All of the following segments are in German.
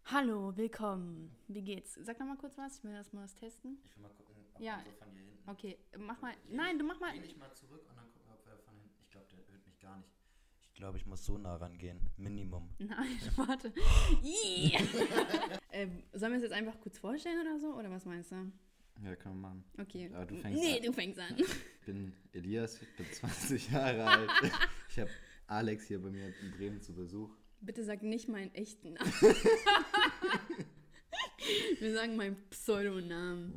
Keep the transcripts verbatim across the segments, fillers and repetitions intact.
Hallo, willkommen. Wie geht's? Sag noch mal kurz was. Ich will erstmal was testen. Ich will mal gucken, ob Ja, man so von hier hinten. okay. Mach mal. Lehn Nein, ich, du mach mal. lehn ich mal zurück und dann gucken wir, ob wir von hinten. Ich glaube, der hört mich gar nicht. Ich glaube, ich muss so nah rangehen. Minimum. Nein, warte. Ih. ähm, sollen wir es jetzt einfach kurz vorstellen oder so? Oder was meinst du? Ja, können wir machen. Okay. Aber du fängst nee, an. du fängst an. Ich bin Elias, ich bin zwanzig Jahre alt. Ich habe Alex hier bei mir in Bremen zu Besuch. Bitte sag nicht meinen echten Namen. Wir sagen meinen Pseudonamen.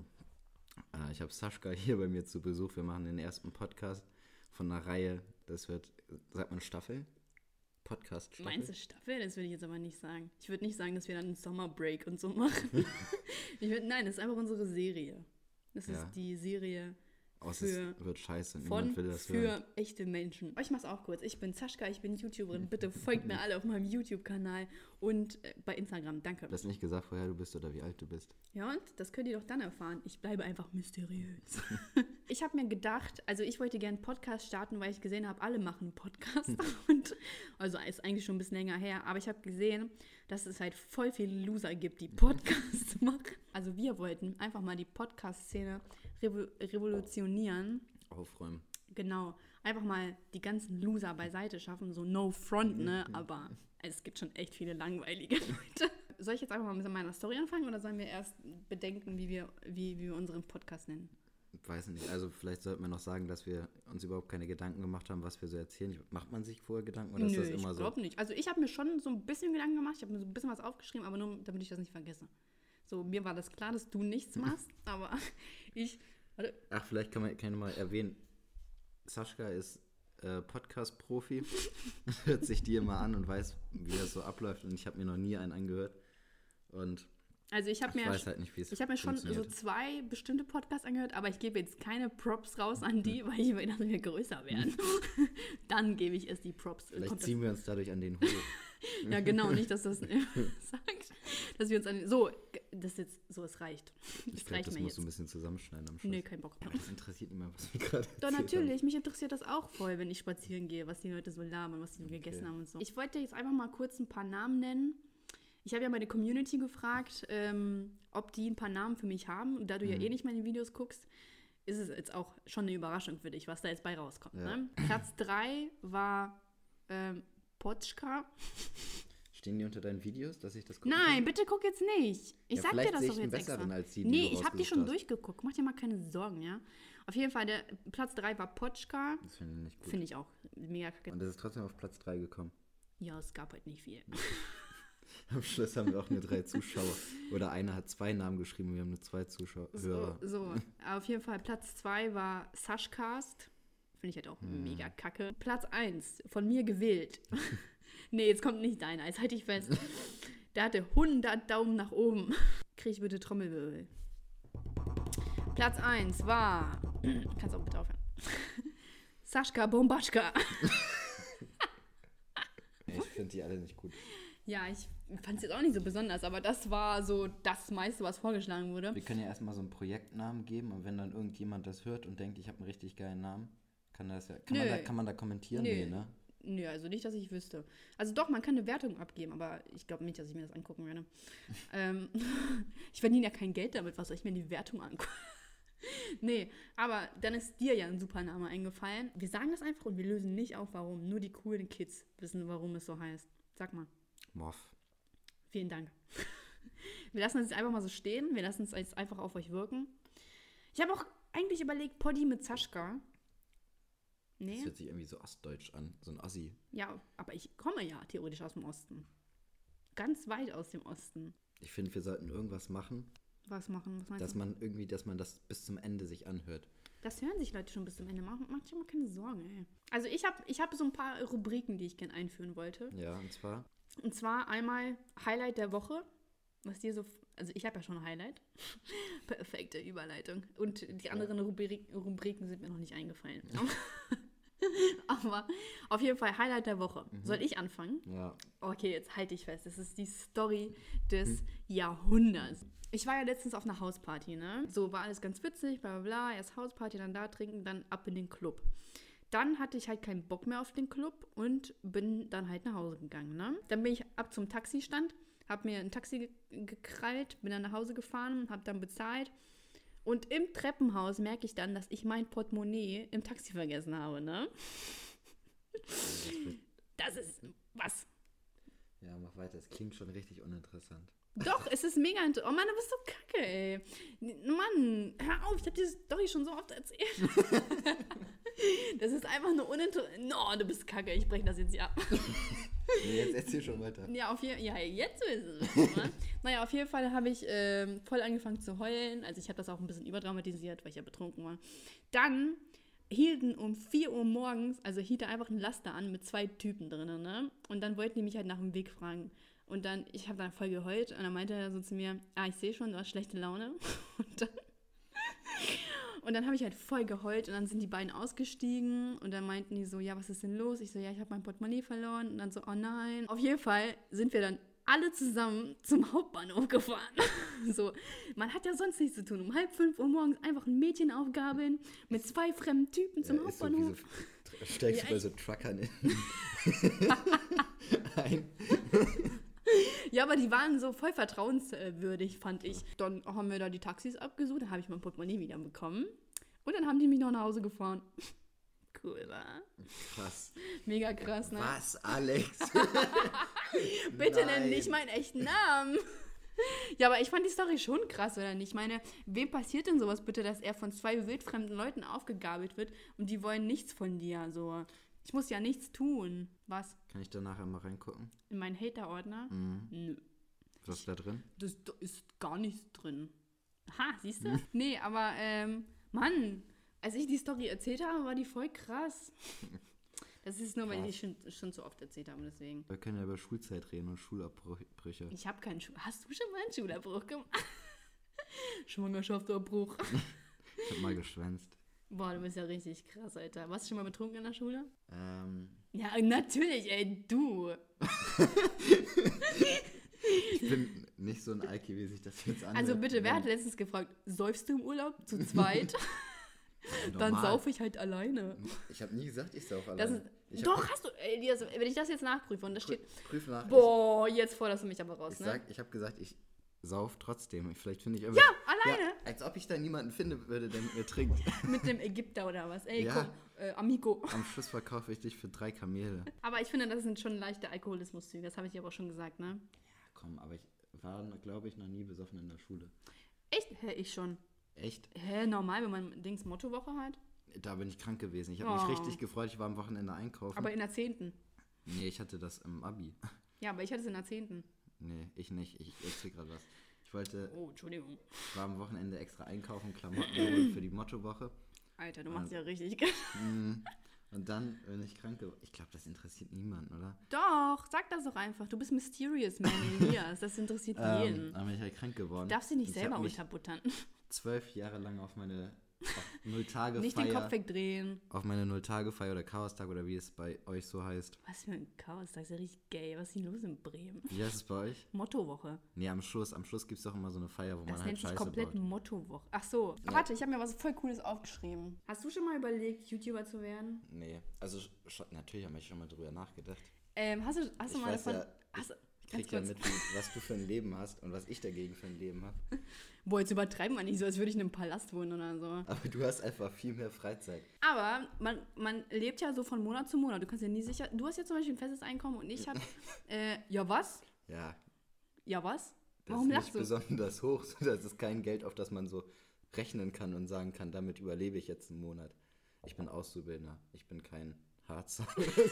Ah, ich habe Sascha hier bei mir zu Besuch. Wir machen den ersten Podcast von einer Reihe. Das wird, sagt man Staffel? Podcast-Staffel? Meinst du Staffel? Das würde ich jetzt aber nicht sagen. Ich würde nicht sagen, dass wir dann einen Sommerbreak und so machen. ich würd, nein, das ist einfach unsere Serie. Das Ja. ist die Serie Oh, es für, ist, wird scheiße. von Niemand will das für hören. echte Menschen. Ich mach's auch kurz. Ich bin Sascha, ich bin YouTuberin. Bitte folgt mir alle auf meinem YouTube-Kanal und äh, bei Instagram. Danke. Du hast nicht gesagt, woher du bist oder wie alt du bist. Ja, und das könnt ihr doch dann erfahren. Ich bleibe einfach mysteriös. Ich habe mir gedacht, also ich wollte gerne einen Podcast starten, weil ich gesehen habe, alle machen einen Podcast. Und, also ist eigentlich schon ein bisschen länger her, aber ich habe gesehen, dass es halt voll viele Loser gibt, die Podcasts machen. Also wir wollten einfach mal die Podcast-Szene revo- revolutionieren. Aufräumen. Genau, einfach mal die ganzen Loser beiseite schaffen, so no front, ne, aber es gibt schon echt viele langweilige Leute. Soll ich jetzt einfach mal mit meiner Story anfangen oder sollen wir erst bedenken, wie wir, wie, wie wir unseren Podcast nennen? Weiß nicht, also vielleicht sollten wir noch sagen, dass wir uns überhaupt keine Gedanken gemacht haben, was wir so erzählen. Macht man sich vorher Gedanken oder Nö, ist das immer ich so? glaube nicht. Also ich habe mir schon so ein bisschen Gedanken gemacht, ich habe mir so ein bisschen was aufgeschrieben, aber nur damit ich das nicht vergesse. So, mir war das klar, dass du nichts machst, aber ich, warte, Ach, vielleicht kann man, kann ich mal erwähnen, Sascha ist äh, Podcast-Profi, hört sich die immer an und weiß, wie das so abläuft und ich habe mir noch nie einen angehört und also ich habe ich mir, weiß halt nicht, wie es ich habe mir schon so funktioniert. zwei bestimmte Podcasts angehört, aber ich gebe jetzt keine Props raus an die, weil ich will, dass wir größer werden. Dann gebe ich erst die Props. Vielleicht Kommt das- ziehen wir uns dadurch an den hoch. Ja, genau, nicht, dass das sagt, dass wir uns an so, das jetzt, so, es reicht. Ich Das glaube, reicht das mir musst du jetzt. ein bisschen zusammenschneiden am Schluss. Nee, kein Bock. Das interessiert niemand, was wir gerade Doch, erzählt natürlich, mich interessiert das auch voll, wenn ich spazieren gehe, was die Leute so labern, was die so gegessen haben und so. Ich wollte jetzt einfach mal kurz ein paar Namen nennen. Ich habe ja meine Community gefragt, ähm, ob die ein paar Namen für mich haben. Und da du ja eh nicht meine Videos guckst, ist es jetzt auch schon eine Überraschung für dich, was da jetzt bei rauskommt. Ja. Ne? Platz drei war ähm, Potschka. haben. Stehen die unter deinen Videos, dass ich das gucken Nein, kann? bitte guck jetzt nicht. Ich Ja, sag dir vielleicht das sehe doch ich einen jetzt besseren extra. als die, die nee, du ich habe die rausgesucht schon hast. durchgeguckt. Mach dir mal keine Sorgen, ja. Auf jeden Fall, der Platz drei war Potschka. Das finde ich nicht gut. Finde ich auch mega kacke. Und das ist trotzdem auf Platz drei gekommen. Ja, es gab halt nicht viel. Am Schluss haben wir auch nur drei Zuschauer. Oder einer hat zwei Namen geschrieben, wir haben nur zwei Zuschauer. So, Hörer. so. Auf jeden Fall Platz zwei war Sashcast. Finde ich halt auch Hm. mega kacke. Platz eins, von mir gewählt. Nee, jetzt kommt nicht deiner, jetzt halte ich fest. Der hatte hundert Daumen nach oben. Krieg ich bitte Trommelwirbel. Platz eins war, kannst auch bitte aufhören. Sascha Bombaschka. Ich finde die alle nicht gut. Ja, ich fand es jetzt auch nicht so besonders, aber das war so das meiste, was vorgeschlagen wurde. Wir können ja erstmal so einen Projektnamen geben und wenn dann irgendjemand das hört und denkt, ich habe einen richtig geilen Namen, kann, das ja, kann, man, Nö. da, kann man da kommentieren? Nö. Nee, ne? Nö, also nicht, dass ich wüsste. Also doch, man kann eine Wertung abgeben, aber ich glaube nicht, dass ich mir das angucken werde. ähm, ich verdiene ja kein Geld damit, was soll ich mir die Wertung angucken? Nee, aber dann ist dir ja ein super Name eingefallen. Wir sagen das einfach und wir lösen nicht auf, warum. Nur die coolen Kids wissen, warum es so heißt. Sag mal. Moff. Vielen Dank. Wir lassen es jetzt einfach mal so stehen. Wir lassen es jetzt einfach auf euch wirken. Ich habe auch eigentlich überlegt, Poddy mit Sascha. Nee? Das hört sich irgendwie so ostdeutsch an, so ein Ossi. Ja, aber ich komme ja theoretisch aus dem Osten. Ganz weit aus dem Osten. Ich finde, wir sollten irgendwas machen, Was machen? Was meinst dass du? man irgendwie, dass man das bis zum Ende sich anhört. Das hören sich Leute schon bis zum Ende. Mach, mach dir mal keine Sorgen, ey. Also ich habe ich hab so ein paar Rubriken, die ich gerne einführen wollte. Ja, und zwar, Und zwar einmal Highlight der Woche. Was dir so... Also ich habe ja schon ein Highlight. Perfekte Überleitung. Und die anderen Rubrik, Rubriken sind mir noch nicht eingefallen. Aber auf jeden Fall Highlight der Woche. Soll ich anfangen? ja, Okay, jetzt halte ich fest. Das ist die Story des Jahrhunderts. Ich war ja letztens auf einer Hausparty, ne? So war alles ganz witzig, bla bla bla. Erst Hausparty, dann da trinken, dann ab in den Club. Dann hatte ich halt keinen Bock mehr auf den Club und bin dann halt nach Hause gegangen, ne? Dann bin ich ab zum Taxistand, habe mir ein Taxi ge- gekrallt, bin dann nach Hause gefahren, habe dann bezahlt. Und im Treppenhaus merke ich dann, dass ich mein Portemonnaie im Taxi vergessen habe, ne? Das ist, was? Ja, mach weiter. Es klingt schon richtig uninteressant. Doch, es ist mega interessant. Oh Mann, du bist so kacke, ey. Mann, hör auf, ich hab dir das Story schon so oft erzählt. Das ist einfach nur uninteressant. No, du bist kacke, ich breche das jetzt hier ab. Nee, jetzt erzähl schon weiter. Ja, auf jeden ja, jetzt ist es. Ne? Naja, auf jeden Fall habe ich ähm, voll angefangen zu heulen. Also ich habe das auch ein bisschen überdramatisiert, weil ich ja betrunken war. Dann hielten um vier Uhr morgens, also hielt er einfach ein Laster an mit zwei Typen drinnen, ne? Und dann wollten die mich halt nach dem Weg fragen. Und dann, ich habe dann voll geheult und dann meinte er so zu mir, ah, ich sehe schon, du hast schlechte Laune. Und dann, und dann habe ich halt voll geheult und dann sind die beiden ausgestiegen und dann meinten die so, ja, was ist denn los? Ich so, ja, ich habe mein Portemonnaie verloren. Und dann so, oh nein. Auf jeden Fall sind wir dann alle zusammen zum Hauptbahnhof gefahren. So, man hat ja sonst nichts zu tun. Um halb fünf Uhr morgens einfach ein Mädchen aufgabeln mit zwei fremden Typen zum Ja, ist so Hauptbahnhof. wie so, steigst Ja, du bei ich- so Truckern in ein. Ja, aber die waren so voll vertrauenswürdig, fand ich. Dann haben wir da die Taxis abgesucht, dann habe ich mein Portemonnaie wieder bekommen. Und dann haben die mich noch nach Hause gefahren. Cool, wa? Krass. Mega krass, ne? Was, Alex? Bitte Nein. nenn nicht meinen echten Namen. Ja, aber ich fand die Story schon krass, oder nicht? Ich meine, wem passiert denn sowas bitte, dass er von zwei wildfremden Leuten aufgegabelt wird und die wollen nichts von dir, so. Ich muss ja nichts tun. Was? Kann ich da nachher mal reingucken? In meinen Hater-Ordner? Mhm. Nö. Was ist da drin? Das da ist gar nichts drin. Ha, siehst du? Nee, aber, ähm, Mann, als ich die Story erzählt habe, war die voll krass. Das ist nur, weil ich die schon, schon so oft erzählt habe, deswegen. Wir können ja über Schulzeit reden und Schulabbrüche. Ich habe keinen Schuh. Hast du schon mal einen Schulabbruch gemacht? Schwangerschaftsabbruch. Ich hab mal geschwänzt. Boah, du bist ja richtig krass, Alter. Warst du schon mal betrunken in der Schule? Ähm, Ja, natürlich, ey, du. ich bin nicht so ein Alki, wie sich das jetzt anhört. Also bitte, wer Wenn- hat letztens gefragt, säufst du im Urlaub zu zweit? Ja, Dann normal. saufe ich halt alleine. Ich habe nie gesagt, ich sauf Das alleine. ist, Ich hab- doch, hast du, Elias, wenn ich das jetzt nachprüfe und da steht, Prü- Prüf nach. boah, jetzt forderst du mich aber raus, Ich, ich, ne? sag, ich habe gesagt, ich sauf trotzdem. Vielleicht finde ich irgendwie. Ja, alleine. Ja, als ob ich da niemanden finde würde, der mit mir trinkt. Mit dem Ägypter oder was? Ey, Ja. komm, äh, Amigo. Am Schluss verkaufe ich dich für drei Kamele. Aber ich finde, das sind schon leichte Alkoholismuszüge, das habe ich dir aber auch schon gesagt, ne? Ja, komm, aber ich war, glaube ich, noch nie besoffen in der Schule. Echt? Hä, ich schon. Echt? Hä, normal, wenn man Dings Mottowoche hat? Da bin ich krank gewesen. Ich habe Oh. mich richtig gefreut. Ich war am Wochenende einkaufen. Aber in der zehnten. nee, ich hatte das im Abi. Ja, aber ich hatte es in der zehnten. Nee, ich nicht. Ich erzähl gerade was. Ich wollte, Oh, Entschuldigung. ich war am Wochenende extra einkaufen, Klamotten holen für die Mottowoche. Alter, du machst Also- ja richtig. Mm. Und dann bin ich krank geworden. Ich glaube, das interessiert niemanden, oder? Doch, sag das doch einfach. Du bist Mysterious Man, Elias. Das interessiert Ähm, jeden. dann bin ich halt krank geworden. Du darfst sie nicht Ich selber hab mich unterbuttern. zwölf Jahre lang auf meine auf Null-Tage-Feier, Nicht den Kopf wegdrehen. auf meine Null-Tage-Feier oder Chaos-Tag oder wie es bei euch so heißt. Was für ein Chaos, das ist ja richtig gay. Was ist denn los in Bremen? Wie heißt es bei euch? Mottowoche. Nee, am Schluss. Am Schluss gibt es doch immer so eine Feier, wo Das man halt nennt sich Scheiße komplett baut. Mottowoche. Ach so. Ja. Warte, ich habe mir was voll Cooles aufgeschrieben. Hast du schon mal überlegt, YouTuber zu werden? Nee, also schon, natürlich habe ich schon mal drüber nachgedacht. Ähm, hast du, hast du Ich mal weiß davon... ja, hast, du- Ich krieg ganz ja kurz. mit, wie, was du für ein Leben hast und was ich dagegen für ein Leben habe. Boah, jetzt übertreiben wir nicht so, als würde ich in einem Palast wohnen oder so. Aber du hast einfach viel mehr Freizeit. Aber man, man lebt ja so von Monat zu Monat. Du kannst ja nie sicher... Du hast ja zum Beispiel ein festes Einkommen und ich habe... äh, ja was? Ja, Ja was? das Warum ist lachst nicht du? besonders hoch. So, das ist kein Geld, auf das man so rechnen kann und sagen kann, damit überlebe ich jetzt einen Monat. Ich bin Auszubildender. Ich bin kein Harzer.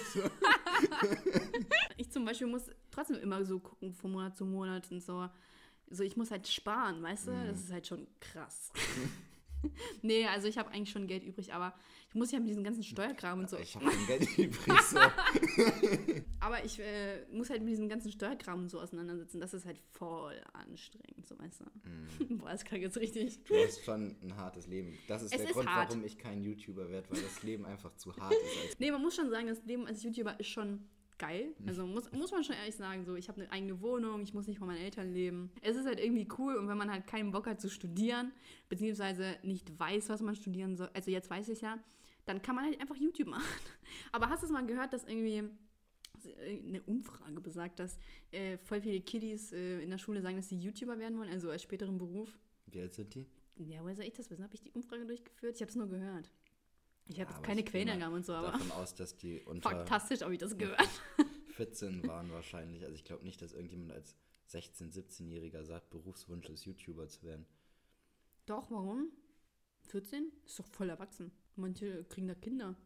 Ich zum Beispiel muss trotzdem immer so gucken von Monat zu Monat und so. So, ich muss halt sparen, weißt du? Mhm. Das ist halt schon krass. Nee, also ich habe eigentlich schon Geld übrig, aber ich muss ja mit diesem ganzen Steuerkram und so. Ich habe kein Geld übrig. So. Aber ich äh, muss halt mit diesem ganzen Steuerkram und so auseinandersetzen. Das ist halt voll anstrengend, so weißt du. Boah, das klingt jetzt richtig. Du hast schon ein hartes Leben. Das ist Es der ist Grund, hart. warum ich kein YouTuber werde, weil das Leben einfach zu hart ist. Als Nee, man muss schon sagen, das Leben als YouTuber ist schon geil. Also muss, muss man schon ehrlich sagen, so ich habe eine eigene Wohnung, ich muss nicht von meinen Eltern leben. Es ist halt irgendwie cool und wenn man halt keinen Bock hat zu studieren, beziehungsweise nicht weiß, was man studieren soll, also jetzt weiß ich ja, dann kann man halt einfach YouTube machen. Aber hast du es mal gehört, dass irgendwie Eine Umfrage besagt, dass äh, voll viele Kiddies äh, in der Schule sagen, dass sie YouTuber werden wollen, also als späteren Beruf. Wie alt sind die? Ja, woher soll ich das wissen? Habe ich die Umfrage durchgeführt? Ich habe es nur gehört. Ich habe Ja, jetzt aber keine ich gehe mal Quellenangaben und so, aber davon aus, dass die unter fantastisch habe ich das gehört. vierzehn waren wahrscheinlich. Also ich glaube nicht, dass irgendjemand als sechzehn-, siebzehnjähriger sagt, Berufswunsch ist, YouTuber zu werden. Doch, warum? vierzehn? Ist doch voll erwachsen. Manche kriegen da Kinder.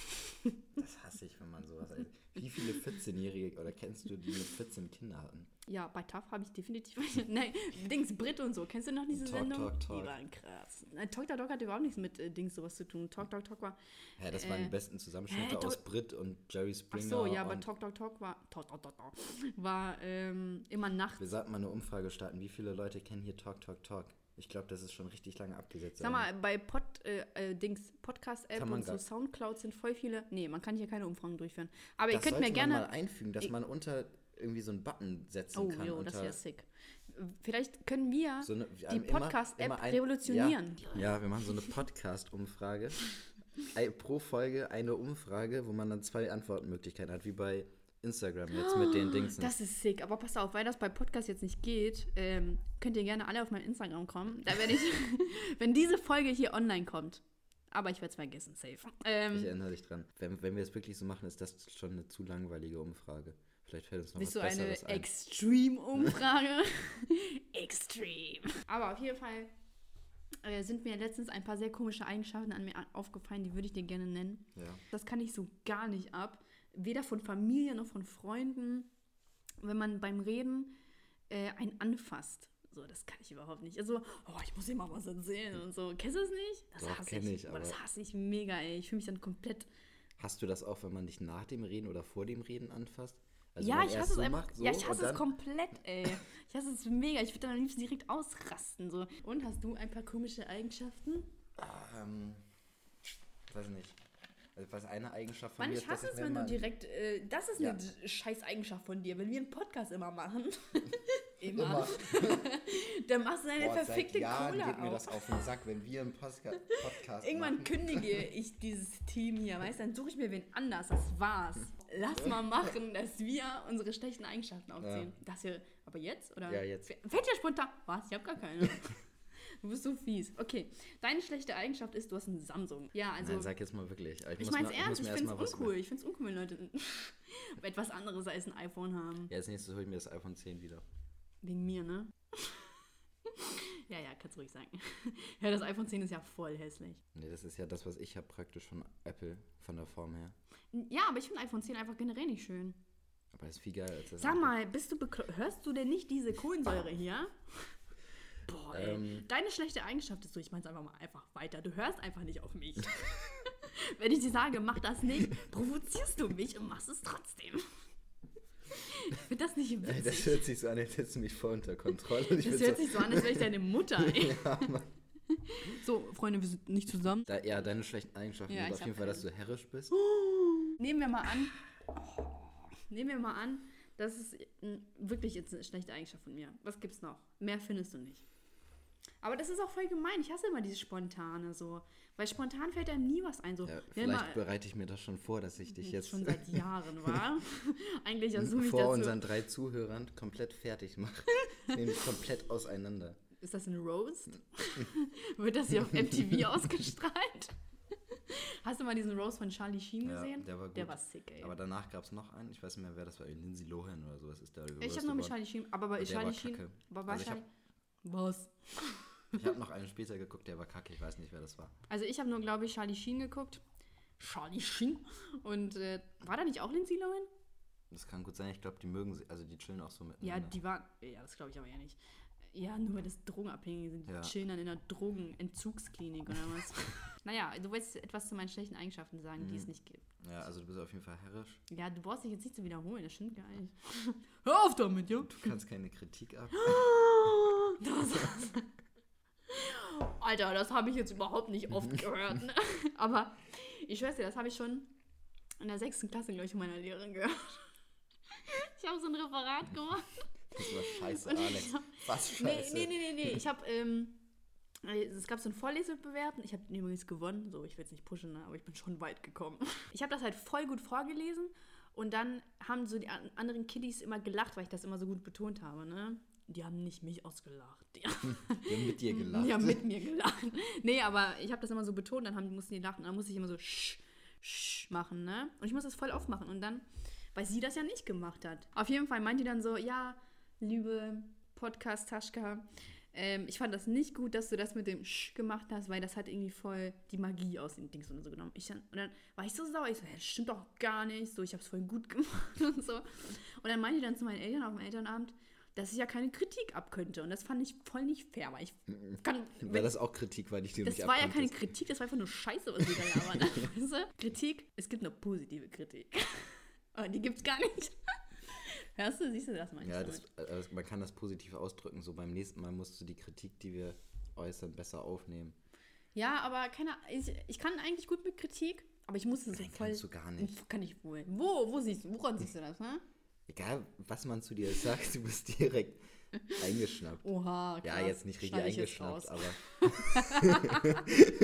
Das hasse ich, wenn man sowas... Wie viele vierzehnjährige oder kennst du, die mit vierzehn Kinder hatten? Ja, bei T A F habe ich definitiv... Nein, Dings, Brit und so. Kennst du noch diese Talk, Sendung? Talk, Talk. Die waren krass. Nein, Talk, Talk, Talk hatte überhaupt nichts mit äh, Dings sowas zu tun. Talk, Talk, Talk war... Ja, das äh, waren die besten Zusammenschnitte äh, aus Brit und Jerry Ach Springer. so, ja, aber und Talk, Talk, Talk war... Talk, Talk, Talk, Talk, war ähm, immer nachts. wir sollten mal eine Umfrage starten. Wie viele Leute kennen hier Talk, Talk, Talk? Ich glaube, das ist schon richtig lange abgesetzt. Sag mal, bei Pod, äh, äh, Dings, Podcast-App Kann man und so gar- Soundcloud sind voll viele... Nee, man kann hier keine Umfragen durchführen. Aber das ihr könnt mir sollte gerne... man mal einfügen, dass Ich- man unter irgendwie so einen Button setzen Oh, kann. jo, unter das wäre sick. Vielleicht können wir so eine, die ähm, immer- Podcast-App immer ein- revolutionieren. Ja, ja, wir machen so eine Podcast-Umfrage. Ei- Pro Folge eine Umfrage, wo man dann zwei Antwortmöglichkeiten hat, wie bei Instagram jetzt mit den Dingsen. Das ist sick. Aber pass auf, weil das bei Podcast jetzt nicht geht, ähm, könnt ihr gerne alle auf mein Instagram kommen. Da werde ich, wenn diese Folge hier online kommt, aber ich werde es vergessen, safe. Ähm, Ich erinnere dich dran. Wenn, wenn wir es wirklich so machen, ist das schon eine zu langweilige Umfrage. Vielleicht fällt uns noch Bist was du eine Besseres ein. Extreme-Umfrage? Extreme. Aber auf jeden Fall äh, sind mir letztens ein paar sehr komische Eigenschaften an mir a- aufgefallen, die würde ich dir gerne nennen. Ja. Das kann ich so gar nicht ab. Weder von Familie noch von Freunden. Wenn man beim Reden äh, einen anfasst. So, das kann ich überhaupt nicht. Also, oh, ich muss dir mal was erzählen und so. Kennst du das nicht? Das Doch, hasse kenn ich. ich, aber das aber- hasse ich mega, ey. Ich fühle mich dann komplett... Hast du das auch, wenn man dich nach dem Reden oder vor dem Reden anfasst? Also ja, man ich erst hasse es so einfach. macht, so, ja, ich hasse und es dann, komplett, ey. Ich hasse es mega. Ich würde dann am liebsten direkt ausrasten. So. Und hast du ein paar komische Eigenschaften? Ähm, weiß nicht. Also was eine Eigenschaft von Mann, mir ich ist, dass hasse es, mir wenn du mal- direkt. Äh, das ist Ja. eine d- scheiß Eigenschaft von dir. Wenn wir einen Podcast immer machen. immer. Immer. Dann machst du eine Boah, verfickte seit Jahren Cola geht mir auf. das auf den Sack, wenn wir einen Postka- Podcast Irgendwann machen. kündige ich dieses Team hier, weißt du? Dann suche ich mir wen anders. Das war's. Lass mal machen, dass wir unsere schlechten Eigenschaften aufzählen. Ja. Das hier. Aber jetzt? Oder? Ja, jetzt. F- Fällt dir spontan? Was? Ich hab gar keine. Du bist so fies. Okay. Deine schlechte Eigenschaft ist, du hast ein Samsung. Ja, also. Nein, sag jetzt mal wirklich. Ich, ich muss mein's mir- ernst, muss ich mir find's erst mal was uncool. Ich find's uncool, wenn Leute etwas anderes als ein iPhone haben. Ja, als nächstes hole ich mir das iPhone zehn wieder. Wegen mir, ne? Ja, ja, kannst ruhig sagen. Ja, das iPhone zehn ist ja voll hässlich. Nee, das ist ja das, was ich habe praktisch von Apple, von der Form her. Ja, aber ich finde iPhone zehn einfach generell nicht schön. Aber das ist viel geiler als das Sag andere. mal, bist du beklo- hörst du denn nicht diese Kohlensäure hier? Boah, ey. Ähm. Deine schlechte Eigenschaft ist so, ich mein's einfach mal einfach weiter. Du hörst einfach nicht auf mich. Wenn ich dir sage, mach das nicht, provozierst du mich und machst es trotzdem. Ich finde das nicht Ey, witzig. das hört sich so an, als hättest du mich voll unter Kontrolle. Und ich Das bin hört sich so an, als wäre ich deine Mutter, ey. Ja, Mann. So, Freunde, wir sind nicht zusammen. Da, ja, deine schlechten Eigenschaften Ja, sind ich auf hab jeden Fall, keine. dass du herrisch bist. Nehmen wir mal an, oh, nehmen wir mal an, das ist mm, wirklich jetzt eine schlechte Eigenschaft von mir. Was gibt's noch? Mehr findest du nicht. Aber das ist auch voll gemein. Ich hasse immer dieses Spontane so. Weil spontan fällt einem nie was ein. So, Ja, wir vielleicht mal- bereite ich mir das schon vor, dass ich dich jetzt schon seit Jahren war. Eigentlich versuche ich vor dazu. unseren drei Zuhörern komplett fertig mache. Nämlich komplett auseinander. Ist das ein Roast? Wird das hier auf M T V ausgestrahlt? Hast du mal diesen Roast von Charlie Sheen Ja, gesehen? der war gut. Der war sick, ey. Aber danach gab es noch einen, ich weiß nicht mehr, wer das war, Lindsay Lohan oder sowas ist da. ich habe nur mit Charlie Sheen, aber bei Der Charlie war Sheen. kacke. Aber bei Also ich hab- Charlie. Was? Ich habe noch einen später geguckt, der war kacke, ich weiß nicht, wer das war. Also ich habe nur, glaube ich, Charlie Sheen geguckt. Charlie Sheen? Und äh, war da nicht auch Lindsay Lohan? Das kann gut sein, ich glaube, die mögen sie, also die chillen auch so Ja, miteinander. die waren. Ja, das glaube ich aber ja nicht. Ja, nur weil das Drogenabhängige sind. Die Ja. chillen dann in einer Drogenentzugsklinik oder was. Naja, du wolltest etwas zu meinen schlechten Eigenschaften sagen, die es nicht gibt. Ja, also du bist auf jeden Fall herrisch. Ja, du brauchst dich jetzt nicht zu wiederholen, das stimmt gar nicht. Hör auf damit, ja? Du kannst keine Kritik ab. Das, Alter, das habe ich jetzt überhaupt nicht oft gehört. Ne? Aber ich schwör's dir, das habe ich schon in der sechsten Klasse, glaube ich, von meiner Lehrerin gehört. Ich habe so ein Referat gemacht. Das war scheiße, Und ich Alex. hab- Was Nee, scheiße. nee, nee, nee, nee. Ich habe, ähm, es gab so einen Vorlesewettbewerb. Ich habe übrigens gewonnen. So, ich will jetzt nicht pushen, ne? Aber ich bin schon weit gekommen. Ich habe das halt voll gut vorgelesen. Und dann haben so die an- anderen Kiddies immer gelacht, weil ich das immer so gut betont habe, ne? Die haben nicht mich ausgelacht. Die Die haben mit dir gelacht. Die haben mit mir gelacht. Nee, aber ich habe das immer so betont, dann haben, mussten die lachen. Dann musste ich immer so sch, sch machen, ne? Und ich muss das voll aufmachen. Und dann, weil sie das ja nicht gemacht hat. Auf jeden Fall meint die dann so, ja, liebe Podcast-Taschka, ähm, ich fand das nicht gut, dass du das mit dem sch gemacht hast, weil das hat irgendwie voll die Magie aus den Dings und so genommen. Ich dann, und dann war ich so sauer. Ich so, ja, das stimmt doch gar nicht. So, ich habe es voll gut gemacht und so. Und dann meinte die dann zu meinen Eltern auf dem Elternabend, dass ich ja keine Kritik abkönnte. Und das fand ich voll nicht fair, weil ich kann... War das auch Kritik, weil ich dir Das nicht war ja keine abkonntest? Kritik, das war einfach nur Scheiße, was sie da labern. Weißt du? Kritik, es gibt eine positive Kritik. Aber die gibt's gar nicht. Hörst du, siehst du das manchmal? Ja, das, also man kann das positiv ausdrücken. So beim nächsten Mal musst du die Kritik, die wir äußern, besser aufnehmen. Ja, aber keine, ich, ich kann eigentlich gut mit Kritik, aber ich muss es so Nein, voll... kannst du gar nicht. Kann ich wohl. Wo, wo siehst du, woran siehst du das, ne? Egal, was man zu dir sagt, du bist direkt eingeschnappt. Oha, krass. Ja, jetzt nicht richtig Schneid ich jetzt eingeschnappt, raus. aber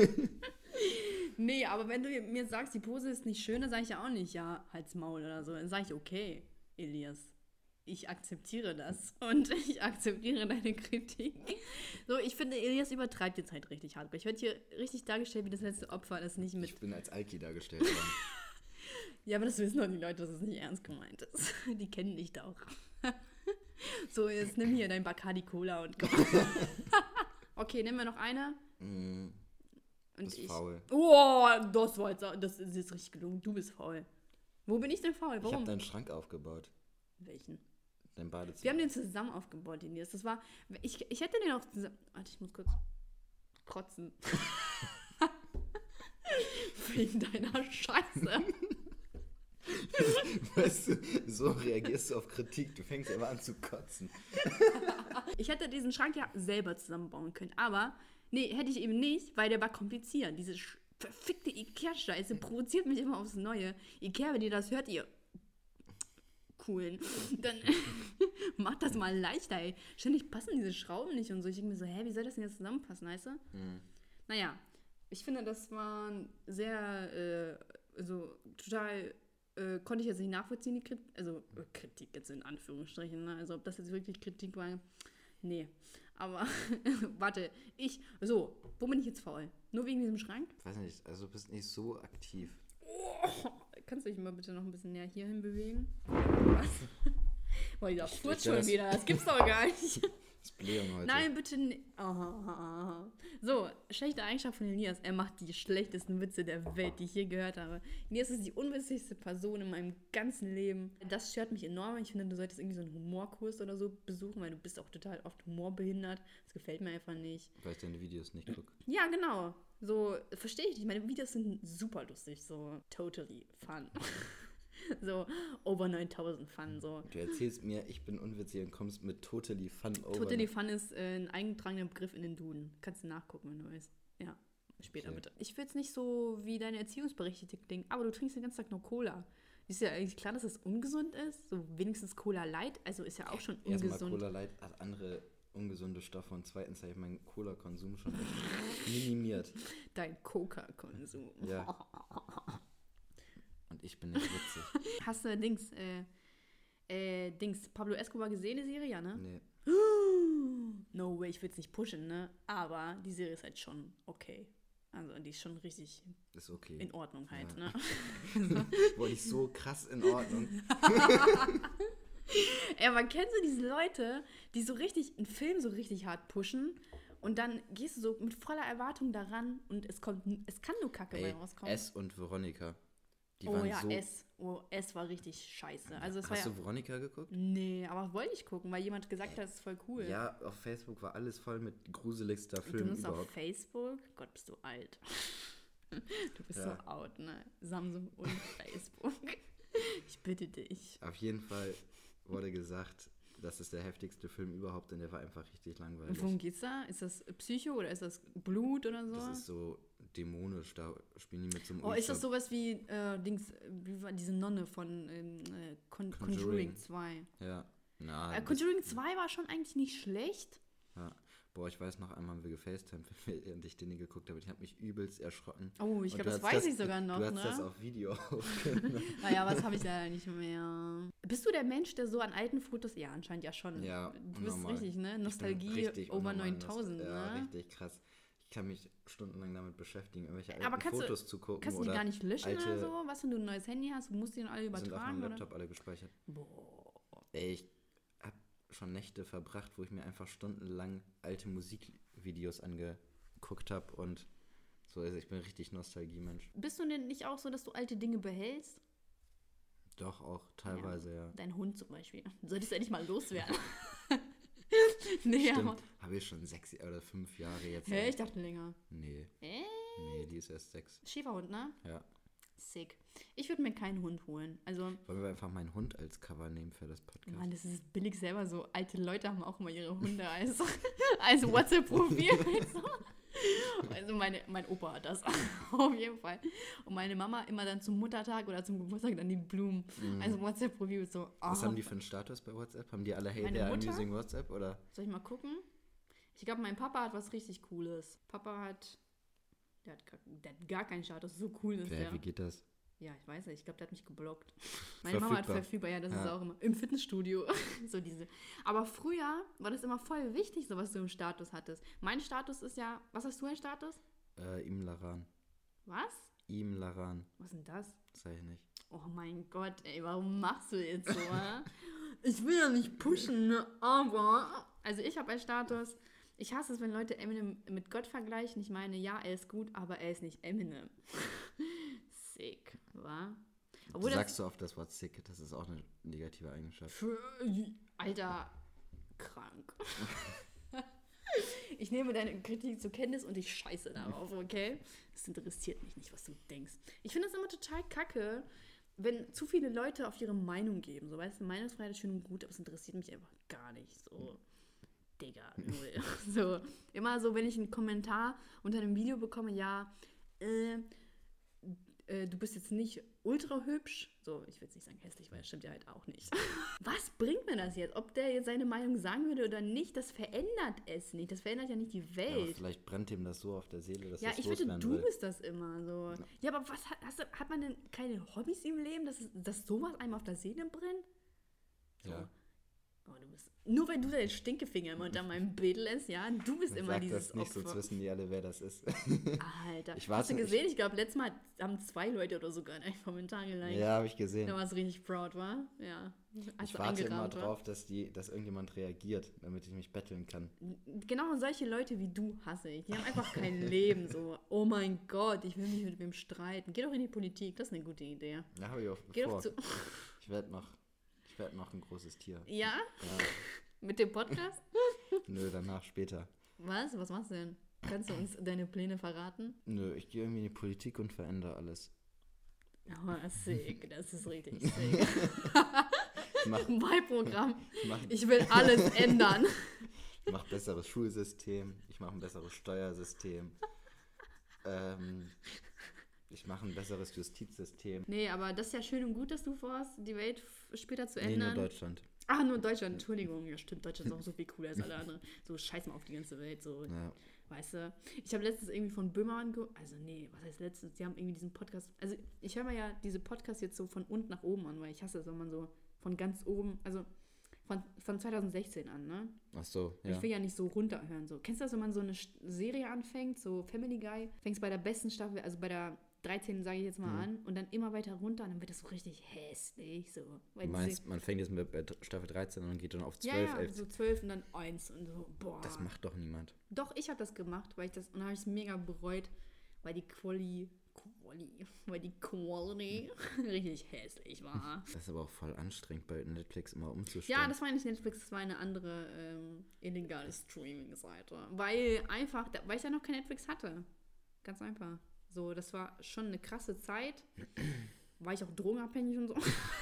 Nee, aber wenn du mir sagst, die Pose ist nicht schön, dann sage ich ja auch nicht, ja, halt's Maul oder so. Dann sage ich, okay, Elias, ich akzeptiere das und ich akzeptiere deine Kritik. So, ich finde, Elias übertreibt jetzt halt richtig hart. Ich werde hier richtig dargestellt wie das letzte Opfer, das nicht mit... ich bin als Alki dargestellt worden. Ja, aber das wissen doch die Leute, dass es nicht ernst gemeint ist. Die kennen dich doch. So, jetzt nimm hier dein Bacardi Cola und komm. Okay, nehmen wir noch eine. Mm, Und bist ich. faul. Oh, das war jetzt, das ist jetzt richtig gelungen. Du bist faul. Wo bin ich denn faul? Ich Warum? habe deinen Schrank aufgebaut. Welchen? Dein Wir Badezimmer. haben den zusammen aufgebaut, Elias. Das war. Ich, ich hätte den auch zusammen. Warte, ich muss kurz kotzen. Wegen deiner Scheiße. Weißt du, so reagierst du auf Kritik. Du fängst immer an zu kotzen. Ich hätte diesen Schrank ja selber zusammenbauen können, aber nee, hätte ich eben nicht, weil der war kompliziert. Diese sch- verfickte Ikea-Scheiße provoziert mich immer aufs Neue. Ikea, wenn ihr das hört, ihr coolen, dann macht das mal leichter, ey. Ständig passen diese Schrauben nicht und so. Ich denke mir so, hä, wie soll das denn jetzt zusammenpassen, weißt du? Mhm. Naja, ich finde, das war sehr, äh, also total, äh, konnte ich jetzt nicht nachvollziehen, die Kritik, also äh, Kritik jetzt in Anführungsstrichen, ne? Also ob das jetzt wirklich Kritik war, nee. Aber, warte, ich, so, wo bin ich jetzt faul? Nur wegen diesem Schrank? Ich weiß nicht, also du bist nicht so aktiv. Oh, kannst du dich mal bitte noch ein bisschen näher hierhin bewegen? Was? Boah, dieser Ich- Furz ich- schon das- wieder, das gibt's doch gar nicht. Das ist Blähung heute. Nein, bitte nicht. Oh. So, schlechte Eigenschaft von Elias. Er macht die schlechtesten Witze der Welt, die ich je gehört habe. Elias ist die unwitzigste Person in meinem ganzen Leben. Das stört mich enorm. Ich finde, du solltest irgendwie so einen Humorkurs oder so besuchen, weil du bist auch total oft humorbehindert. Das gefällt mir einfach nicht. Weil ich deine Videos nicht gucke. Ja, genau. So, verstehe ich nicht. Meine Videos sind super lustig. So, totally fun. So, over neuntausend Fun. So. Du erzählst mir, ich bin unwitzig und kommst mit totally fun over. Totally Fun ist äh, ein eingetragener Begriff in den Duden. Kannst du nachgucken, wenn du willst. Ja, später Okay. bitte. Ich will jetzt nicht so wie deine Erziehungsberechtigte klingen, aber du trinkst den ganzen Tag nur Cola. Ist ja eigentlich klar, dass es ungesund ist. So wenigstens Cola Light, also ist ja auch schon Erstmal ungesund. Cola Light hat andere ungesunde Stoffe und zweitens habe ich meinen Cola-Konsum schon echt minimiert. Dein Coca-Konsum. Ja. Und ich bin nicht witzig. Hast du Dings, äh, äh, Dings, Pablo Escobar gesehen, die Serie, ja, ne? Nee. No way, ich will es nicht pushen, ne? Aber die Serie ist halt schon okay. Also die ist schon richtig Ist okay. in Ordnung halt, Ja. ne? Wurde ich so krass in Ordnung. Ey, aber kennst du diese Leute, die so richtig einen Film so richtig hart pushen und dann gehst du so mit voller Erwartung daran und es kommt, es kann nur Kacke bei Ey, rauskommen. S und Veronika. Die oh waren ja, so. S. Oh, S war richtig scheiße. Also es war Hast ja, du Veronika geguckt? nee, aber wollte ich gucken, weil jemand gesagt hat, es ist voll cool. Ja, auf Facebook war alles voll mit gruseligster Du Film nutzt auf überhaupt. Facebook? Gott, bist du alt. Du bist Ja. so out, ne? Samsung und Facebook. Ich bitte dich. Auf jeden Fall wurde gesagt, das ist der heftigste Film überhaupt und der war einfach richtig langweilig. Und worum geht's da? Ist das Psycho oder ist das Blut oder so? Das ist so dämonisch, da spielen die mit so einem Oh, ist das Ultra- sowas wie äh, Dings, wie war diese Nonne von ähm, äh, Con Conjuring. Conjuring zwei? Ja. Na, Äh, das- Conjuring zwei war schon eigentlich nicht schlecht. ja. Boah, ich weiß noch einmal, haben wir gefacetimed, während ich den geguckt habe. Ich habe mich übelst erschrocken. Oh, ich glaube, das weiß das, ich sogar noch, du hast ne? das auf Video aufgenommen. Naja, was habe ich leider nicht mehr. Bist du der Mensch, der so an alten Fotos... Ja, anscheinend ja schon. Ja, du bist unnormal. richtig, ne? Nostalgie over neuntausend, ne? Ja, richtig krass. Ich kann mich stundenlang damit beschäftigen, irgendwelche Aber alten Fotos du, zu gucken. Kannst du die gar nicht löschen alte, oder so? Was, wenn du ein neues Handy hast? Du musst die dann alle übertragen, sind auf meinem oder? Laptop alle gespeichert. Boah. Ey, ich habe schon Nächte verbracht, wo ich mir einfach stundenlang alte Musikvideos angeguckt habe und so, also ich bin richtig Nostalgie-Mensch. Bist du denn nicht auch so, dass du alte Dinge behältst? Doch, auch teilweise, ja. ja. Dein Hund zum Beispiel. Solltest du endlich mal loswerden. Nee, Stimmt, habe ich schon sechs oder fünf Jahre jetzt. Hä, ich dachte länger. Nee. Äh? Nee, die ist erst sechs. Schäferhund, ne? Ja. Sick. Ich würde mir keinen Hund holen. Also, wollen wir einfach meinen Hund als Cover nehmen für das Podcast? Mann, das ist billig selber so. Alte Leute haben auch immer ihre Hunde als, als WhatsApp-Profil. Also meine, mein Opa hat das auf jeden Fall. Und meine Mama immer dann zum Muttertag oder zum Geburtstag dann die Blumen. Mm. Also WhatsApp-Profil so. Oh. Was haben die für einen Status bei WhatsApp? Haben die alle Hey meine there, Mutter? I'm using WhatsApp, oder? Soll ich mal gucken? Ich glaube, mein Papa hat was richtig Cooles. Papa hat, der hat gar, der hat gar keinen Status. So cool ist Wer, der. Wie geht das? Ja, ich weiß nicht. Ich glaube, der hat mich geblockt. Meine Mama hat verfügbar. Ja, das ja. ist auch immer im Fitnessstudio. So diese. Aber früher war das immer voll wichtig, so was du im Status hattest. Mein Status ist ja, was hast du ein Status? Äh, Im Laran. Was? Im Laran. Was ist denn das? Sag ich nicht. Oh mein Gott, ey, warum machst du jetzt so, hä? Ich will ja nicht pushen, ne? Aber. Also ich habe einen Status. Ich hasse es, wenn Leute Eminem mit Gott vergleichen. Ich meine, ja, er ist gut, aber er ist nicht Eminem. Sick, wa? Obwohl du sagst so oft das Wort sick, das ist auch eine negative Eigenschaft. Für, Alter, krank. Ich nehme deine Kritik zur Kenntnis und ich scheiße darauf, okay? Das interessiert mich nicht, was du denkst. Ich finde das immer total kacke, wenn zu viele Leute auf ihre Meinung geben. So, weißt du, Meinungsfreiheit ist schön und gut, aber es interessiert mich einfach gar nicht. So, Digga, null. So, immer so, wenn ich einen Kommentar unter einem Video bekomme, ja, äh, äh, du bist jetzt nicht ultra hübsch. So, ich will jetzt nicht sagen hässlich, weil das stimmt ja halt auch nicht. Was bringt mir das jetzt? Ob der jetzt seine Meinung sagen würde oder nicht, das verändert es nicht. Das verändert ja nicht die Welt. Ja, vielleicht brennt ihm das so auf der Seele, dass ja, das ich finde, du will. bist das immer so. Ja, ja aber was hat, hast du, hat man denn keine Hobbys im Leben, dass, dass sowas einem auf der Seele brennt? So. Ja. Oh, du bist, nur weil du deinen Stinkefinger immer unter meinem Bild lässt, ja, du bist immer sag dieses das nicht, Opfer. Sonst wissen die alle, wer das ist. Alter, ich hast du gesehen? Ich, ich glaube, letztes Mal haben zwei Leute oder sogar einen Kommentar geliked. Ja, habe ich gesehen. Da war es richtig proud, wa? Ja. Hast ich warte immer drauf, dass, die, dass irgendjemand reagiert, damit ich mich betteln kann. Genau solche Leute wie du hasse ich. Die haben einfach kein Leben. So, oh mein Gott, ich will mich mit wem streiten. Geh doch in die Politik, das ist eine gute Idee. Ja, habe ich auch Geh vor. Doch zu ich werde noch, ich werd noch ein großes Tier. Ja? Ja. Mit dem Podcast? Nö, danach später. Was? Was machst du denn? Kannst du uns deine Pläne verraten? Nö, ich gehe irgendwie in die Politik und verändere alles. Oh, sick. Das ist richtig sick. Mach, Wahlprogramm. Mach, ich will alles ändern. Ich mache besseres Schulsystem. Ich mache ein besseres Steuersystem. ähm, ich mache ein besseres Justizsystem. Nee, aber das ist ja schön und gut, dass du vorhast, die Welt f- später zu ändern. Nee, nur Deutschland. Ach, nur Deutschland, Entschuldigung. Ja, stimmt, Deutschland ist auch so viel cooler als alle anderen. So, scheiß mal auf die ganze Welt, so. Ja. Weißt du? Ich habe letztens irgendwie von Böhmermann ge- also nee, was heißt letztens? Die haben irgendwie diesen Podcast, also ich höre mir ja diese Podcasts jetzt so von unten nach oben an, weil ich hasse es, wenn man so von ganz oben, also von, von zwanzig sechzehn an, ne? Ach so, ja. Ich will ja nicht so runterhören, so. Kennst du das, wenn man so eine Serie anfängt, so Family Guy, fängst bei der besten Staffel, also bei der dreizehnten sage ich jetzt mal mhm. an, und dann immer weiter runter und dann wird das so richtig hässlich, so. Weil du meinst, man fängt jetzt mit Staffel dreizehn an und geht dann auf zwölf, ja, ja, elf. so zwölf und dann eins und so, boah. Das macht doch niemand. Doch, ich habe das gemacht, weil ich das, und dann habe ich es mega bereut, weil die Quali, Quali, weil die Quality richtig hässlich war. Das ist aber auch voll anstrengend, bei Netflix immer umzustellen. Ja, das war nicht Netflix, das war eine andere ähm, illegale Streaming-Seite. Weil einfach, weil ich ja noch kein Netflix hatte. Ganz einfach. So, das war schon eine krasse Zeit. War ich auch drogenabhängig und so.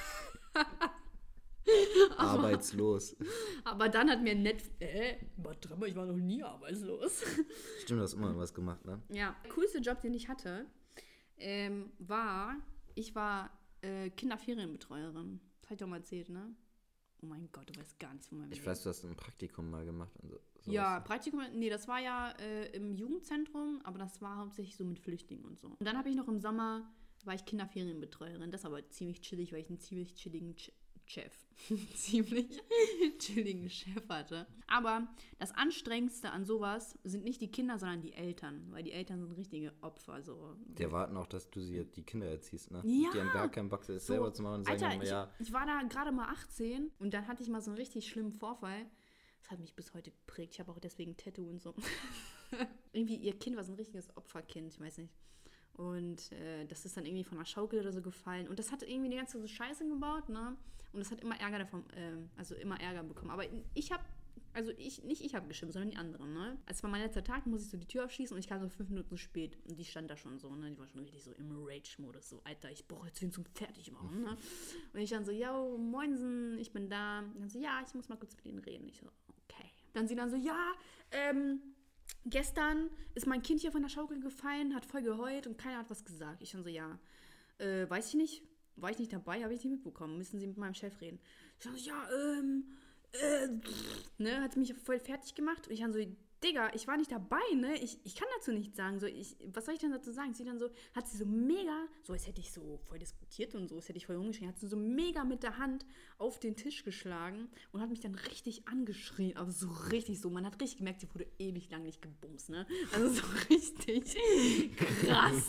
aber, arbeitslos. Aber dann hat mir Netflix... Äh, ich war noch nie arbeitslos. Stimmt, du hast immer was gemacht, ne? Ja, der coolste Job, den ich hatte, ähm, war, ich war äh, Kinderferienbetreuerin. Das habe ich doch mal erzählt, ne? Oh mein Gott, du weißt gar nichts von meinem Ich Leben. weiß, du hast ein Praktikum mal gemacht. Und so, sowas. Ja, Praktikum, nee, das war ja äh, im Jugendzentrum, aber das war hauptsächlich so mit Flüchtlingen und so. Und dann habe ich noch im Sommer, war ich Kinderferienbetreuerin. Das war aber ziemlich chillig, weil ich einen ziemlich chilligen Ch- Chef, ziemlich chilligen Chef hatte. Aber das Anstrengendste an sowas sind nicht die Kinder, sondern die Eltern, weil die Eltern sind richtige Opfer. So. Die erwarten auch, dass du sie die Kinder erziehst, ne? Ja. Die haben gar keinen Bock, das So, selber zu machen und sagen Alter, immer, ich, ja. ich war da gerade mal achtzehn und dann hatte ich mal so einen richtig schlimmen Vorfall. Das hat mich bis heute geprägt. Ich habe auch deswegen ein Tattoo und so. Irgendwie, ihr Kind war so ein richtiges Opferkind, ich weiß nicht. Und äh, das ist dann irgendwie von einer Schaukel oder so gefallen. Und das hat irgendwie die ganze so Scheiße gebaut, ne? Und das hat immer Ärger davon, äh, also immer Ärger bekommen. Aber ich habe, also ich, nicht ich habe geschimpft, sondern die anderen, ne? Es war mein letzter Tag, muss ich so die Tür aufschließen und ich kam so fünf Minuten zu spät. Und die stand da schon so, ne? Die war schon richtig so im Rage-Modus, so, Alter, ich brauche jetzt hin zum Fertigmachen, ne? Und ich dann so, yo, moinsen, ich bin da. Und dann so, ja, ich muss mal kurz mit ihnen reden. Ich so, okay. Dann sie dann so, ja, ähm, gestern ist mein Kind hier von der Schaukel gefallen, hat voll geheult und keiner hat was gesagt. Ich dann so, ja, äh, weiß ich nicht, war ich nicht dabei, habe ich nicht mitbekommen, müssen Sie mit meinem Chef reden. Ich dann so, ja, ähm, äh, pff, ne, hat mich voll fertig gemacht und ich dann so, Digga, ich war nicht dabei, ne, ich, ich kann dazu nichts sagen, so, ich, was soll ich denn dazu sagen? Sie dann so, hat sie so mega, so als hätte ich so voll diskutiert und so, als hätte ich voll rumgeschrien, hat sie so mega mit der Hand auf den Tisch geschlagen und hat mich dann richtig angeschrien, aber so richtig so, man hat richtig gemerkt, sie wurde ewig lang nicht gebumst, ne, also so richtig krass.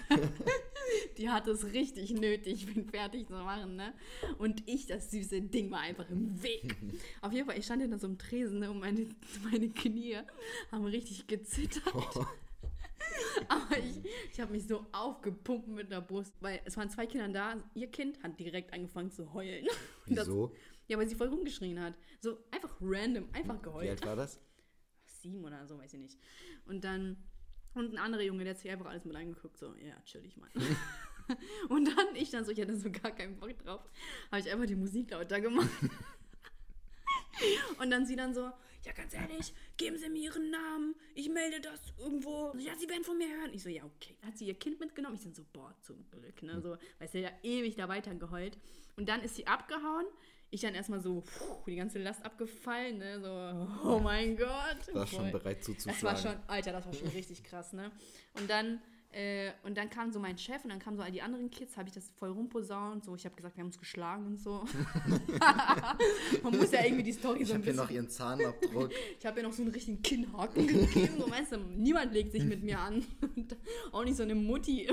Die hat es richtig nötig, mich fertig zu machen, ne? Und ich, das süße Ding, war einfach im Weg. Auf jeden Fall, ich stand hinter so einem Tresen, ne? Und meine, meine Knie haben richtig gezittert. Oh. Aber ich, ich habe mich so aufgepumpt mit der Brust, weil es waren zwei Kinder da, ihr Kind hat direkt angefangen zu heulen. Wieso? Das, ja, weil sie voll rumgeschrien hat. So einfach random, einfach geheult. Wie alt war das? Sieben oder so, weiß ich nicht. Und dann... Und ein anderer Junge, der hat sich einfach alles mit angeguckt, so, ja, chill dich mal. Und dann, ich dann so, ich hatte so gar keinen Bock drauf, habe ich einfach die Musik lauter gemacht. Und dann sie dann so, ja, ganz ehrlich, geben Sie mir Ihren Namen, ich melde das irgendwo. Ja, Sie werden von mir hören. Ich so, ja, okay. Dann hat sie ihr Kind mitgenommen. Ich dann so, boah, zum Glück, ne, so, weil sie ja ewig da weiter geheult. Und dann ist sie abgehauen. Ich dann erstmal so, puh, die ganze Last abgefallen, ne, so, oh mein Gott. War schon bereit zuzuschlagen. Das war schon, Alter, das war schon richtig krass, ne. Und dann, äh, und dann kam so mein Chef und dann kamen so all die anderen Kids, habe ich das voll rumposaunt, so, ich habe gesagt, wir haben uns geschlagen und so. Man muss ja irgendwie die Story ich so ein bisschen... Ich habe hier noch ihren Zahnabdruck. Ich habe ihr noch so einen richtigen Kinnhaken gegeben, so, weißt du, niemand legt sich mit mir an. Und auch nicht so eine Mutti.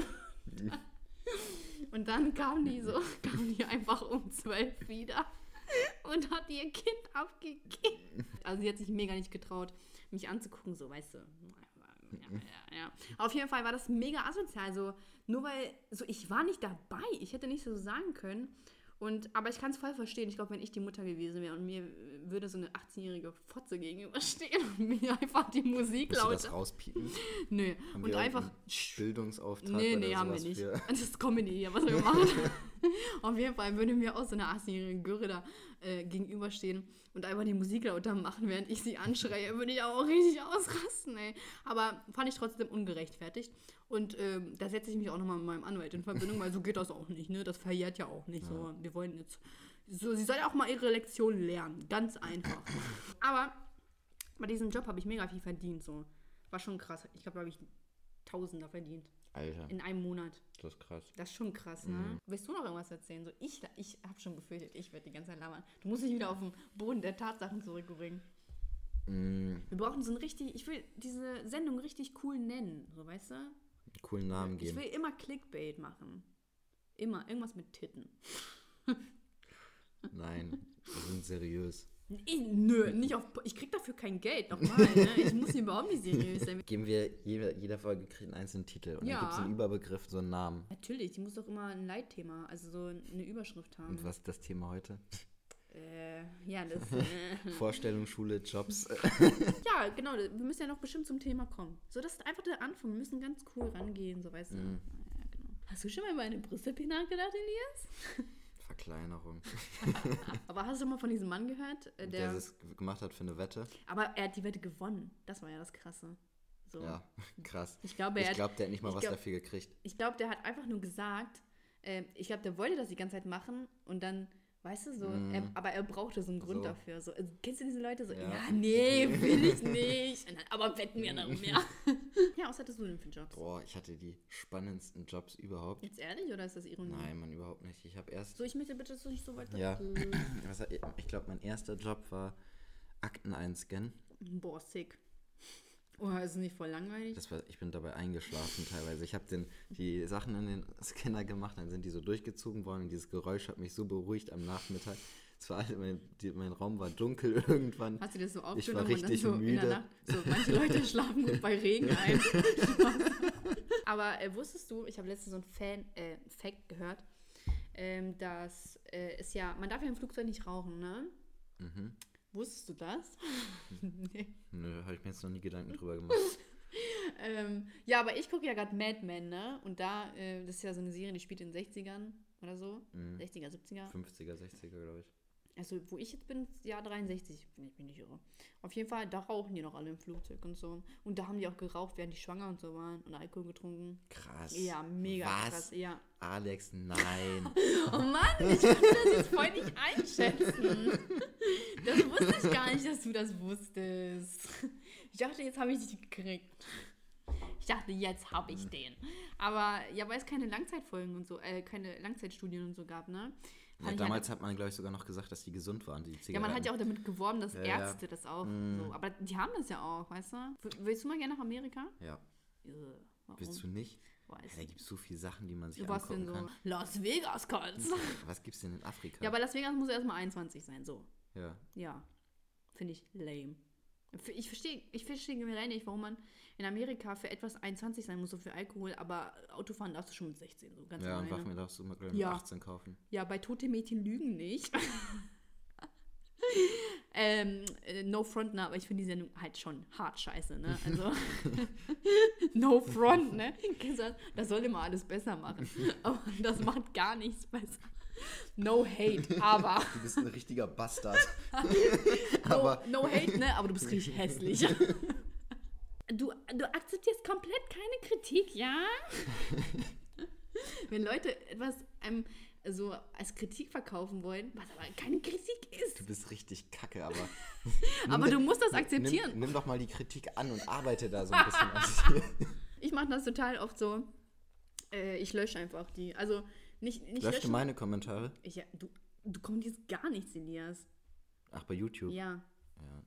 Und dann kam die so, kam die einfach um zwölf wieder und hat ihr Kind abgegeben. Also sie hat sich mega nicht getraut, mich anzugucken, so, weißt du. Ja, ja, ja. Auf jeden Fall war das mega asozial, so, nur weil, so, ich war nicht dabei, ich hätte nicht so sagen können. Und, aber ich kann es voll verstehen. Ich glaube, wenn ich die Mutter gewesen wäre und mir würde so eine achtzehnjährige Fotze gegenüberstehen und mir einfach die Musik lauter... Musst du das rauspiepen? Nö. Haben und wir einfach... Bildungsauftrag Nee, oder nee, haben wir sowas nicht. für? Das ist Comedy hier, was wir gemacht haben. Auf jeden Fall würde mir auch so eine achtzehnjährige Göre da äh, gegenüberstehen und einfach die Musik lauter machen, während ich sie anschreie, würde ich auch richtig ausrasten, ey. Aber fand ich trotzdem ungerechtfertigt. Und ähm, da setze ich mich auch nochmal mit meinem Anwalt in Verbindung, weil so geht das auch nicht, ne? Das verjährt ja auch nicht. Ja. So. Wir wollen jetzt... So, sie soll ja auch mal ihre Lektion lernen. Ganz einfach. Aber bei diesem Job habe ich mega viel verdient, so. War schon krass. Ich glaube, da habe ich Tausender verdient. Alter. In einem Monat. Das ist krass. Das ist schon krass, ne? Mhm. Willst du noch irgendwas erzählen? So, ich ich habe schon gefürchtet, ich werde die ganze Zeit labern. Du musst dich wieder auf den Boden der Tatsachen zurückbringen. Mhm. Wir brauchen so ein richtig, ich will diese Sendung richtig cool nennen, so, weißt du? Coolen Namen Ich geben. will immer Clickbait machen. Immer, irgendwas mit Titten. Nein, wir sind seriös. Ich, nö, nicht auf, ich krieg dafür kein Geld, nochmal, ne? Ich muss hier überhaupt nicht seriös sein. Geben wir, jede, jeder Folge kriegt einen einzelnen Titel und Ja. dann gibt es einen Überbegriff, so einen Namen. Natürlich, die muss doch immer ein Leitthema, also so eine Überschrift haben. Und was ist das Thema heute? Äh, ja, das... Äh, Vorstellung, Schule, Jobs. ja, genau, wir müssen ja noch bestimmt zum Thema kommen. So, das ist einfach der Anfang, wir müssen ganz cool rangehen, so, weißt du. Mhm. Ja, genau. Hast du schon mal über eine Brust-O P nachgedacht, Elias? Verkleinerung. Aber hast du mal von diesem Mann gehört? äh, Der, Der es gemacht hat für eine Wette. aber er hat die Wette gewonnen. Das war ja das Krasse. So. Ja, krass. Ich glaube, er Ich hat, glaube, der hat nicht mal ich was glaub- dafür gekriegt. ich glaube, der hat einfach nur gesagt, äh, ich glaube, der wollte das die ganze Zeit machen und dann Weißt du, so, Mm. er, aber er brauchte so einen Grund So. dafür. So, also, kennst du diese Leute so, ja, Ja. nee, will ich nicht. Und dann, aber wetten wir darum, ja. Ja, was hattest du denn für Jobs? Boah, ich hatte die spannendsten Jobs überhaupt. Jetzt ehrlich oder ist das Ironie? Nein, Mann, überhaupt nicht. Ich habe erst, So, ich möchte bitte, dass du nicht so weit Ja. weg- was, ich glaube, mein erster Job war Akten einscannen. Boah, sick. Oh, ist es nicht voll langweilig? Das war, ich bin dabei eingeschlafen teilweise. Ich habe den die Sachen in den Scanner gemacht, dann sind die so durchgezogen worden und dieses Geräusch hat mich so beruhigt am Nachmittag. Es war halt, mein, die, mein Raum war dunkel irgendwann. Hast du das so Ich war aufgenommen richtig und dann so in der müde. Nacht? So, manche Leute schlafen gut bei Regen ein. Aber äh, wusstest du, ich habe letztens so ein Fan, äh, Fact gehört, ähm, dass äh, es ja, man darf ja im Flugzeug nicht rauchen, ne? Mhm. Wusstest du das? Nee. Nö, habe ich mir jetzt noch nie Gedanken drüber gemacht. Ähm, ja, aber ich gucke ja gerade Mad Men, ne? Und da, äh, das ist ja so eine Serie, die spielt in den sechzigern oder so. Mhm. sechziger, siebziger. fünfziger, sechziger, glaube ich. Also, wo ich jetzt bin, ist Jahr dreiundsechzig, wenn ich mich nicht irre. Auf jeden Fall, da rauchen die noch alle im Flugzeug und so. Und da haben die auch geraucht, während die schwanger und so waren und Alkohol getrunken. Krass. Ja, mega Was? krass, ja. Alex, nein. Oh Mann, ich konnte das jetzt voll nicht einschätzen. Das wusste ich gar nicht, dass du das wusstest. Ich dachte, jetzt habe ich dich gekriegt. Ich dachte, jetzt habe ich den. Aber ja, weil es keine Langzeitfolgen und so, äh, keine Langzeitstudien und so gab, ne? Ja, Fand ich damals halt, hat man, glaube ich, sogar noch gesagt, dass die gesund waren, die ja, Zigaretten. man hat ja auch damit geworben, dass Ja, ja. Ärzte das auch Mm. so. Aber die haben das ja auch, weißt du? W- Willst du mal gerne nach Amerika? Ja. Äh, warum? Willst du nicht? Weiß Ja, da nicht. gibt es so viele Sachen, die man sich Du warst angucken denn so, kann. Las Vegas kannst. Was gibt's denn in Afrika? Ja, aber Las Vegas muss erstmal einundzwanzig sein, so. Ja. Ja, finde ich lame. F- Ich verstehe ich verstehe generell nicht, warum man in Amerika für etwas einundzwanzig sein muss, so für Alkohol, aber Autofahren darfst du schon mit sechzehn, so ganz Ja, und alleine. Waffen darfst du mal, glaube ich, Ja. mit achtzehn kaufen. Ja, bei tote Mädchen lügen nicht. ähm, äh, no front, ne, aber ich finde die Sendung halt schon hart scheiße, ne, also no front, ne, Kennst du das? Das soll immer alles besser machen, aber das macht gar nichts besser. No hate, aber Du bist ein richtiger Bastard. No, Aber- no hate, ne? Aber du bist richtig hässlich. Du, du akzeptierst komplett keine Kritik, ja? Wenn Leute etwas einem so als Kritik verkaufen wollen, was aber keine Kritik Du ist. bist richtig kacke, aber... Aber Nimm du de- musst das nimm- akzeptieren. Nimm, nimm doch mal die Kritik an und arbeite da so ein bisschen aus. Ich mache das total oft so. Äh, ich lösche einfach die. Also nicht, nicht Löschte löschen. meine Kommentare. Ich, ja, du, du kommentierst gar nichts, Elias. Ach, bei YouTube. Ja. Ja.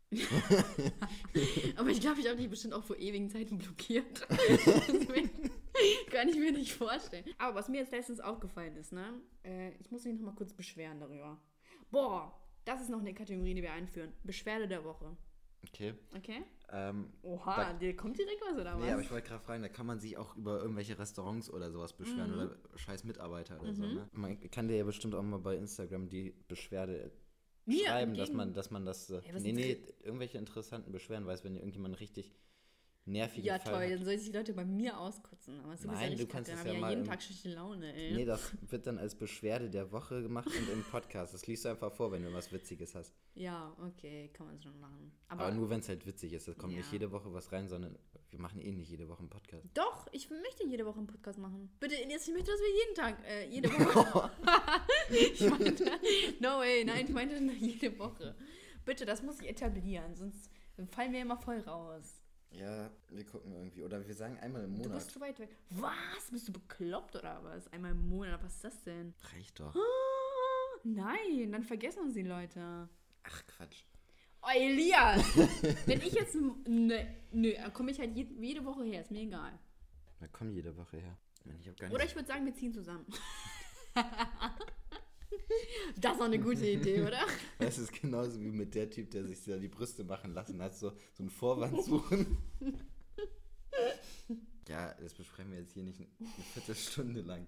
Aber ich glaube, ich habe dich bestimmt auch vor ewigen Zeiten blockiert. Deswegen kann ich mir nicht vorstellen. Aber was mir jetzt letztens aufgefallen ist, ne? Äh, ich muss mich noch mal kurz beschweren darüber. Boah, das ist noch eine Kategorie, die wir einführen. Beschwerde der Woche. Okay. Okay? Ähm, Oha, Da- dir kommt direkt was, oder was? nee, aber ich wollte gerade fragen, da kann man sich auch über irgendwelche Restaurants oder sowas beschweren Mhm. oder scheiß Mitarbeiter oder so, ne? Man kann dir ja bestimmt auch mal bei Instagram die Beschwerde Mir schreiben, dass entgegen- man, dass man das... Äh, Hey, was nee, nee, inter- irgendwelche interessanten Beschwerden weiß, wenn dir irgendjemand richtig nervigen Ja, Fall toll, hat. dann sollen sich die Leute bei mir auskotzen. Aber du bist ja Nein, richtig du kannst kacke, es dann ja hab ich mal jeden im- Tag schlechte Laune, ey. Nee, das wird dann als Beschwerde der Woche gemacht und im Podcast. Das liest du einfach vor, wenn du was Witziges hast. Ja, okay, kann man schon machen. Aber, Aber, nur, wenn es halt witzig ist. Es kommt Ja. nicht jede Woche was rein, sondern wir machen eh nicht jede Woche einen Podcast. doch, ich möchte jede Woche einen Podcast machen. Bitte, Elias, ich möchte, dass wir jeden Tag, äh, jede Woche. Ich meinte, no way, nein, ich meinte jede Woche. Bitte, das muss ich etablieren, sonst fallen wir immer voll raus. Ja, wir gucken irgendwie. Oder wir sagen einmal im Du Monat. bist zu weit weg. Was? Bist du bekloppt oder was? Einmal im Monat, was ist das denn? Reicht doch. Ah, nein, dann vergessen uns die Leute. Ach, Quatsch. Oh, Elias! Wenn ich jetzt, nö, nö, dann komme ich halt jede, jede Woche her, ist mir egal. Wir kommen jede Woche her. Ich hab gar nicht Oder ich würde sagen, wir ziehen zusammen. Das ist doch eine gute Idee, oder? Das ist genauso wie mit der Typ, der sich da die Brüste machen lassen hat. So, so einen Vorwand suchen. Ja, das besprechen wir jetzt hier nicht eine Viertelstunde lang.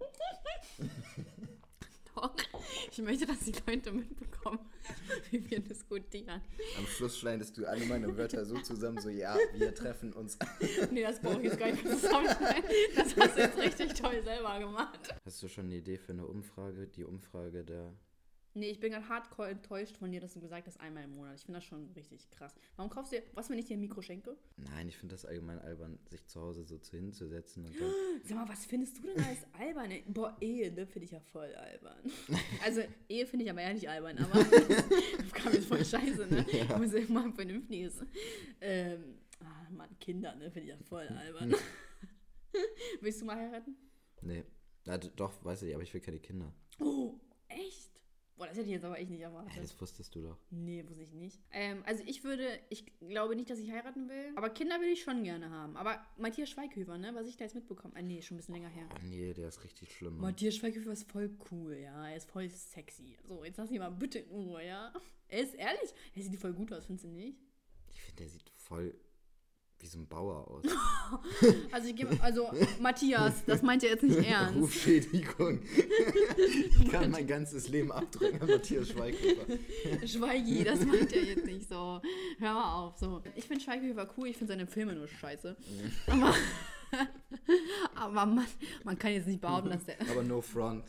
Doch. Ich möchte, dass die Leute mitbekommen, wie wir diskutieren. Am Schluss schneidest du alle meine Wörter so zusammen, so, ja, wir treffen uns. Nee, das brauche ich jetzt gar nicht mehr zusammenschneiden. Das hast du jetzt richtig toll selber gemacht. Hast du schon eine Idee für eine Umfrage? Die Umfrage der Nee, ich bin gerade hardcore enttäuscht von dir, dass du gesagt hast, einmal im Monat. Ich finde das schon richtig krass. Warum kaufst du dir, was, wenn ich dir ein Mikro schenke? Nein, ich finde das allgemein albern, sich zu Hause so zu hinzusetzen und dann... Sag mal, was findest du denn als albern? Ey? Boah, Ehe, ne, finde ich ja voll albern. Also, Ehe finde ich aber eher nicht albern, aber das kam jetzt voll scheiße, ne? Ja. Ich muss immer ein vernünftiges. Ähm, ah, Mann, Kinder, ne, finde ich ja voll albern. Willst du mal heiraten? Nee. Ja, doch, weiß ich, aber ich will keine Kinder. Oh, echt? Boah, das hätte ich jetzt aber echt nicht erwartet. Hey, das wusstest du doch. Nee, wusste ich nicht. Ähm, also ich würde, ich glaube nicht, dass ich heiraten will. Aber Kinder will ich schon gerne haben. Aber Matthias Schweighöfer, ne, was ich da jetzt mitbekommen. Ah, nee, schon ein bisschen länger her. Oh, nee, der ist richtig schlimm. Mann. Matthias Schweighöfer ist voll cool, ja. Er ist voll sexy. So, jetzt lass ihn mal bitte in Ruhe, ja. Er ist ehrlich. Er sieht voll gut aus, findest du nicht? Ich finde, der sieht voll wie so ein Bauer aus. Also ich gebe, also Matthias, das meint er jetzt nicht ernst. Rufschädigung. Ich kann mein ganzes Leben abdrücken an Matthias Schweighöfer. Schweigi, das meint er jetzt nicht so. Hör mal auf. So. Ich finde Schweighöfer cool, ich finde seine Filme nur scheiße. Aber, aber man, man kann jetzt nicht behaupten, dass der... Aber no front.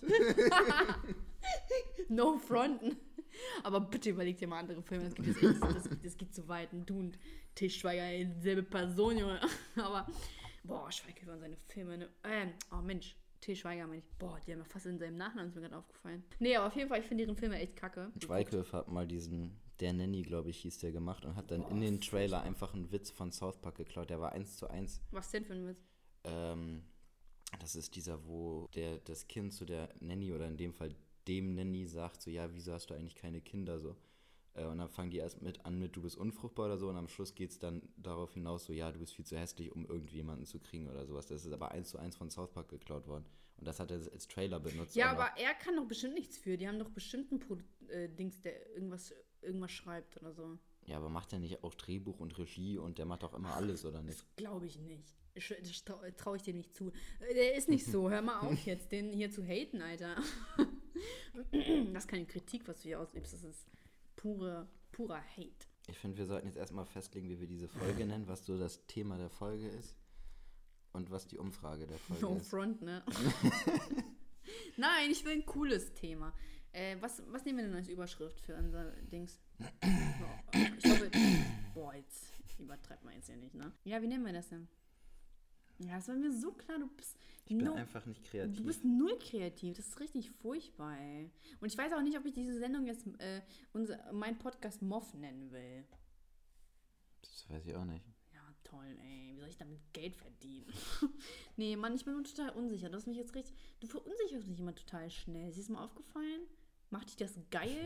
No fronten. Aber bitte überleg dir mal andere Filme. Das geht, jetzt echt, das, das geht zu weit. Du und Til Schweiger, dieselbe Person, Junge. Aber, boah, Schweighöfer und seine Filme. Ne? Ähm, oh Mensch, Til Schweiger, meine ich. Boah, die haben ja fast in seinem Nachnamen, ist mir gerade aufgefallen. Nee, aber auf jeden Fall, ich finde ihren Filme echt kacke. Schweighöfer hat mal diesen, der Nanny, glaube ich, hieß der, gemacht und hat dann boah, in den Trailer einfach einen Witz von South Park geklaut. Der war eins zu eins. Was denn für ein Witz? Ähm, das ist dieser, wo der, das Kind zu der Nanny oder in dem Fall dem Nanny sagt, so, ja, wieso hast du eigentlich keine Kinder, so. Äh, und dann fangen die erst mit an mit, du bist unfruchtbar oder so, und am Schluss geht es dann darauf hinaus, so, ja, du bist viel zu hässlich, um irgendwie jemanden zu kriegen oder sowas. Das ist aber eins zu eins von South Park geklaut worden. Und das hat er als Trailer benutzt. Ja, aber er kann doch bestimmt nichts für. Die haben doch bestimmt einen Pro- äh, Dings, der irgendwas, irgendwas schreibt oder so. Ja, aber macht er nicht auch Drehbuch und Regie und der macht auch immer alles, oder nicht? Das glaube ich nicht. Ich, das traue trau ich dem nicht zu. Der ist nicht so. Hör mal auf jetzt, den hier zu haten, Alter. Das ist keine Kritik, was du hier ausübst. Das ist pure, purer Hate. Ich finde, wir sollten jetzt erstmal festlegen, wie wir diese Folge nennen, was so das Thema der Folge ist und was die Umfrage der Folge no ist. No front, ne? Nein, ich will ein cooles Thema. Äh, was, was nehmen wir denn als Überschrift für unser Dings? Oh, ich hoffe, boah, jetzt übertreibt man jetzt ja nicht, ne? Ja, wie nennen wir das denn? Ja, das war mir so klar, du bist... Ich bin no, einfach nicht kreativ. Du bist null kreativ, das ist richtig furchtbar, ey. Und ich weiß auch nicht, ob ich diese Sendung jetzt, äh, unser, mein Podcast Moff nennen will. Das weiß ich auch nicht. Ja, toll, ey. Wie soll ich damit Geld verdienen? Nee, Mann, ich bin total unsicher. Du hast mich jetzt richtig... Du verunsicherst mich immer total schnell. Ist dir das mal aufgefallen? Macht dich das geil?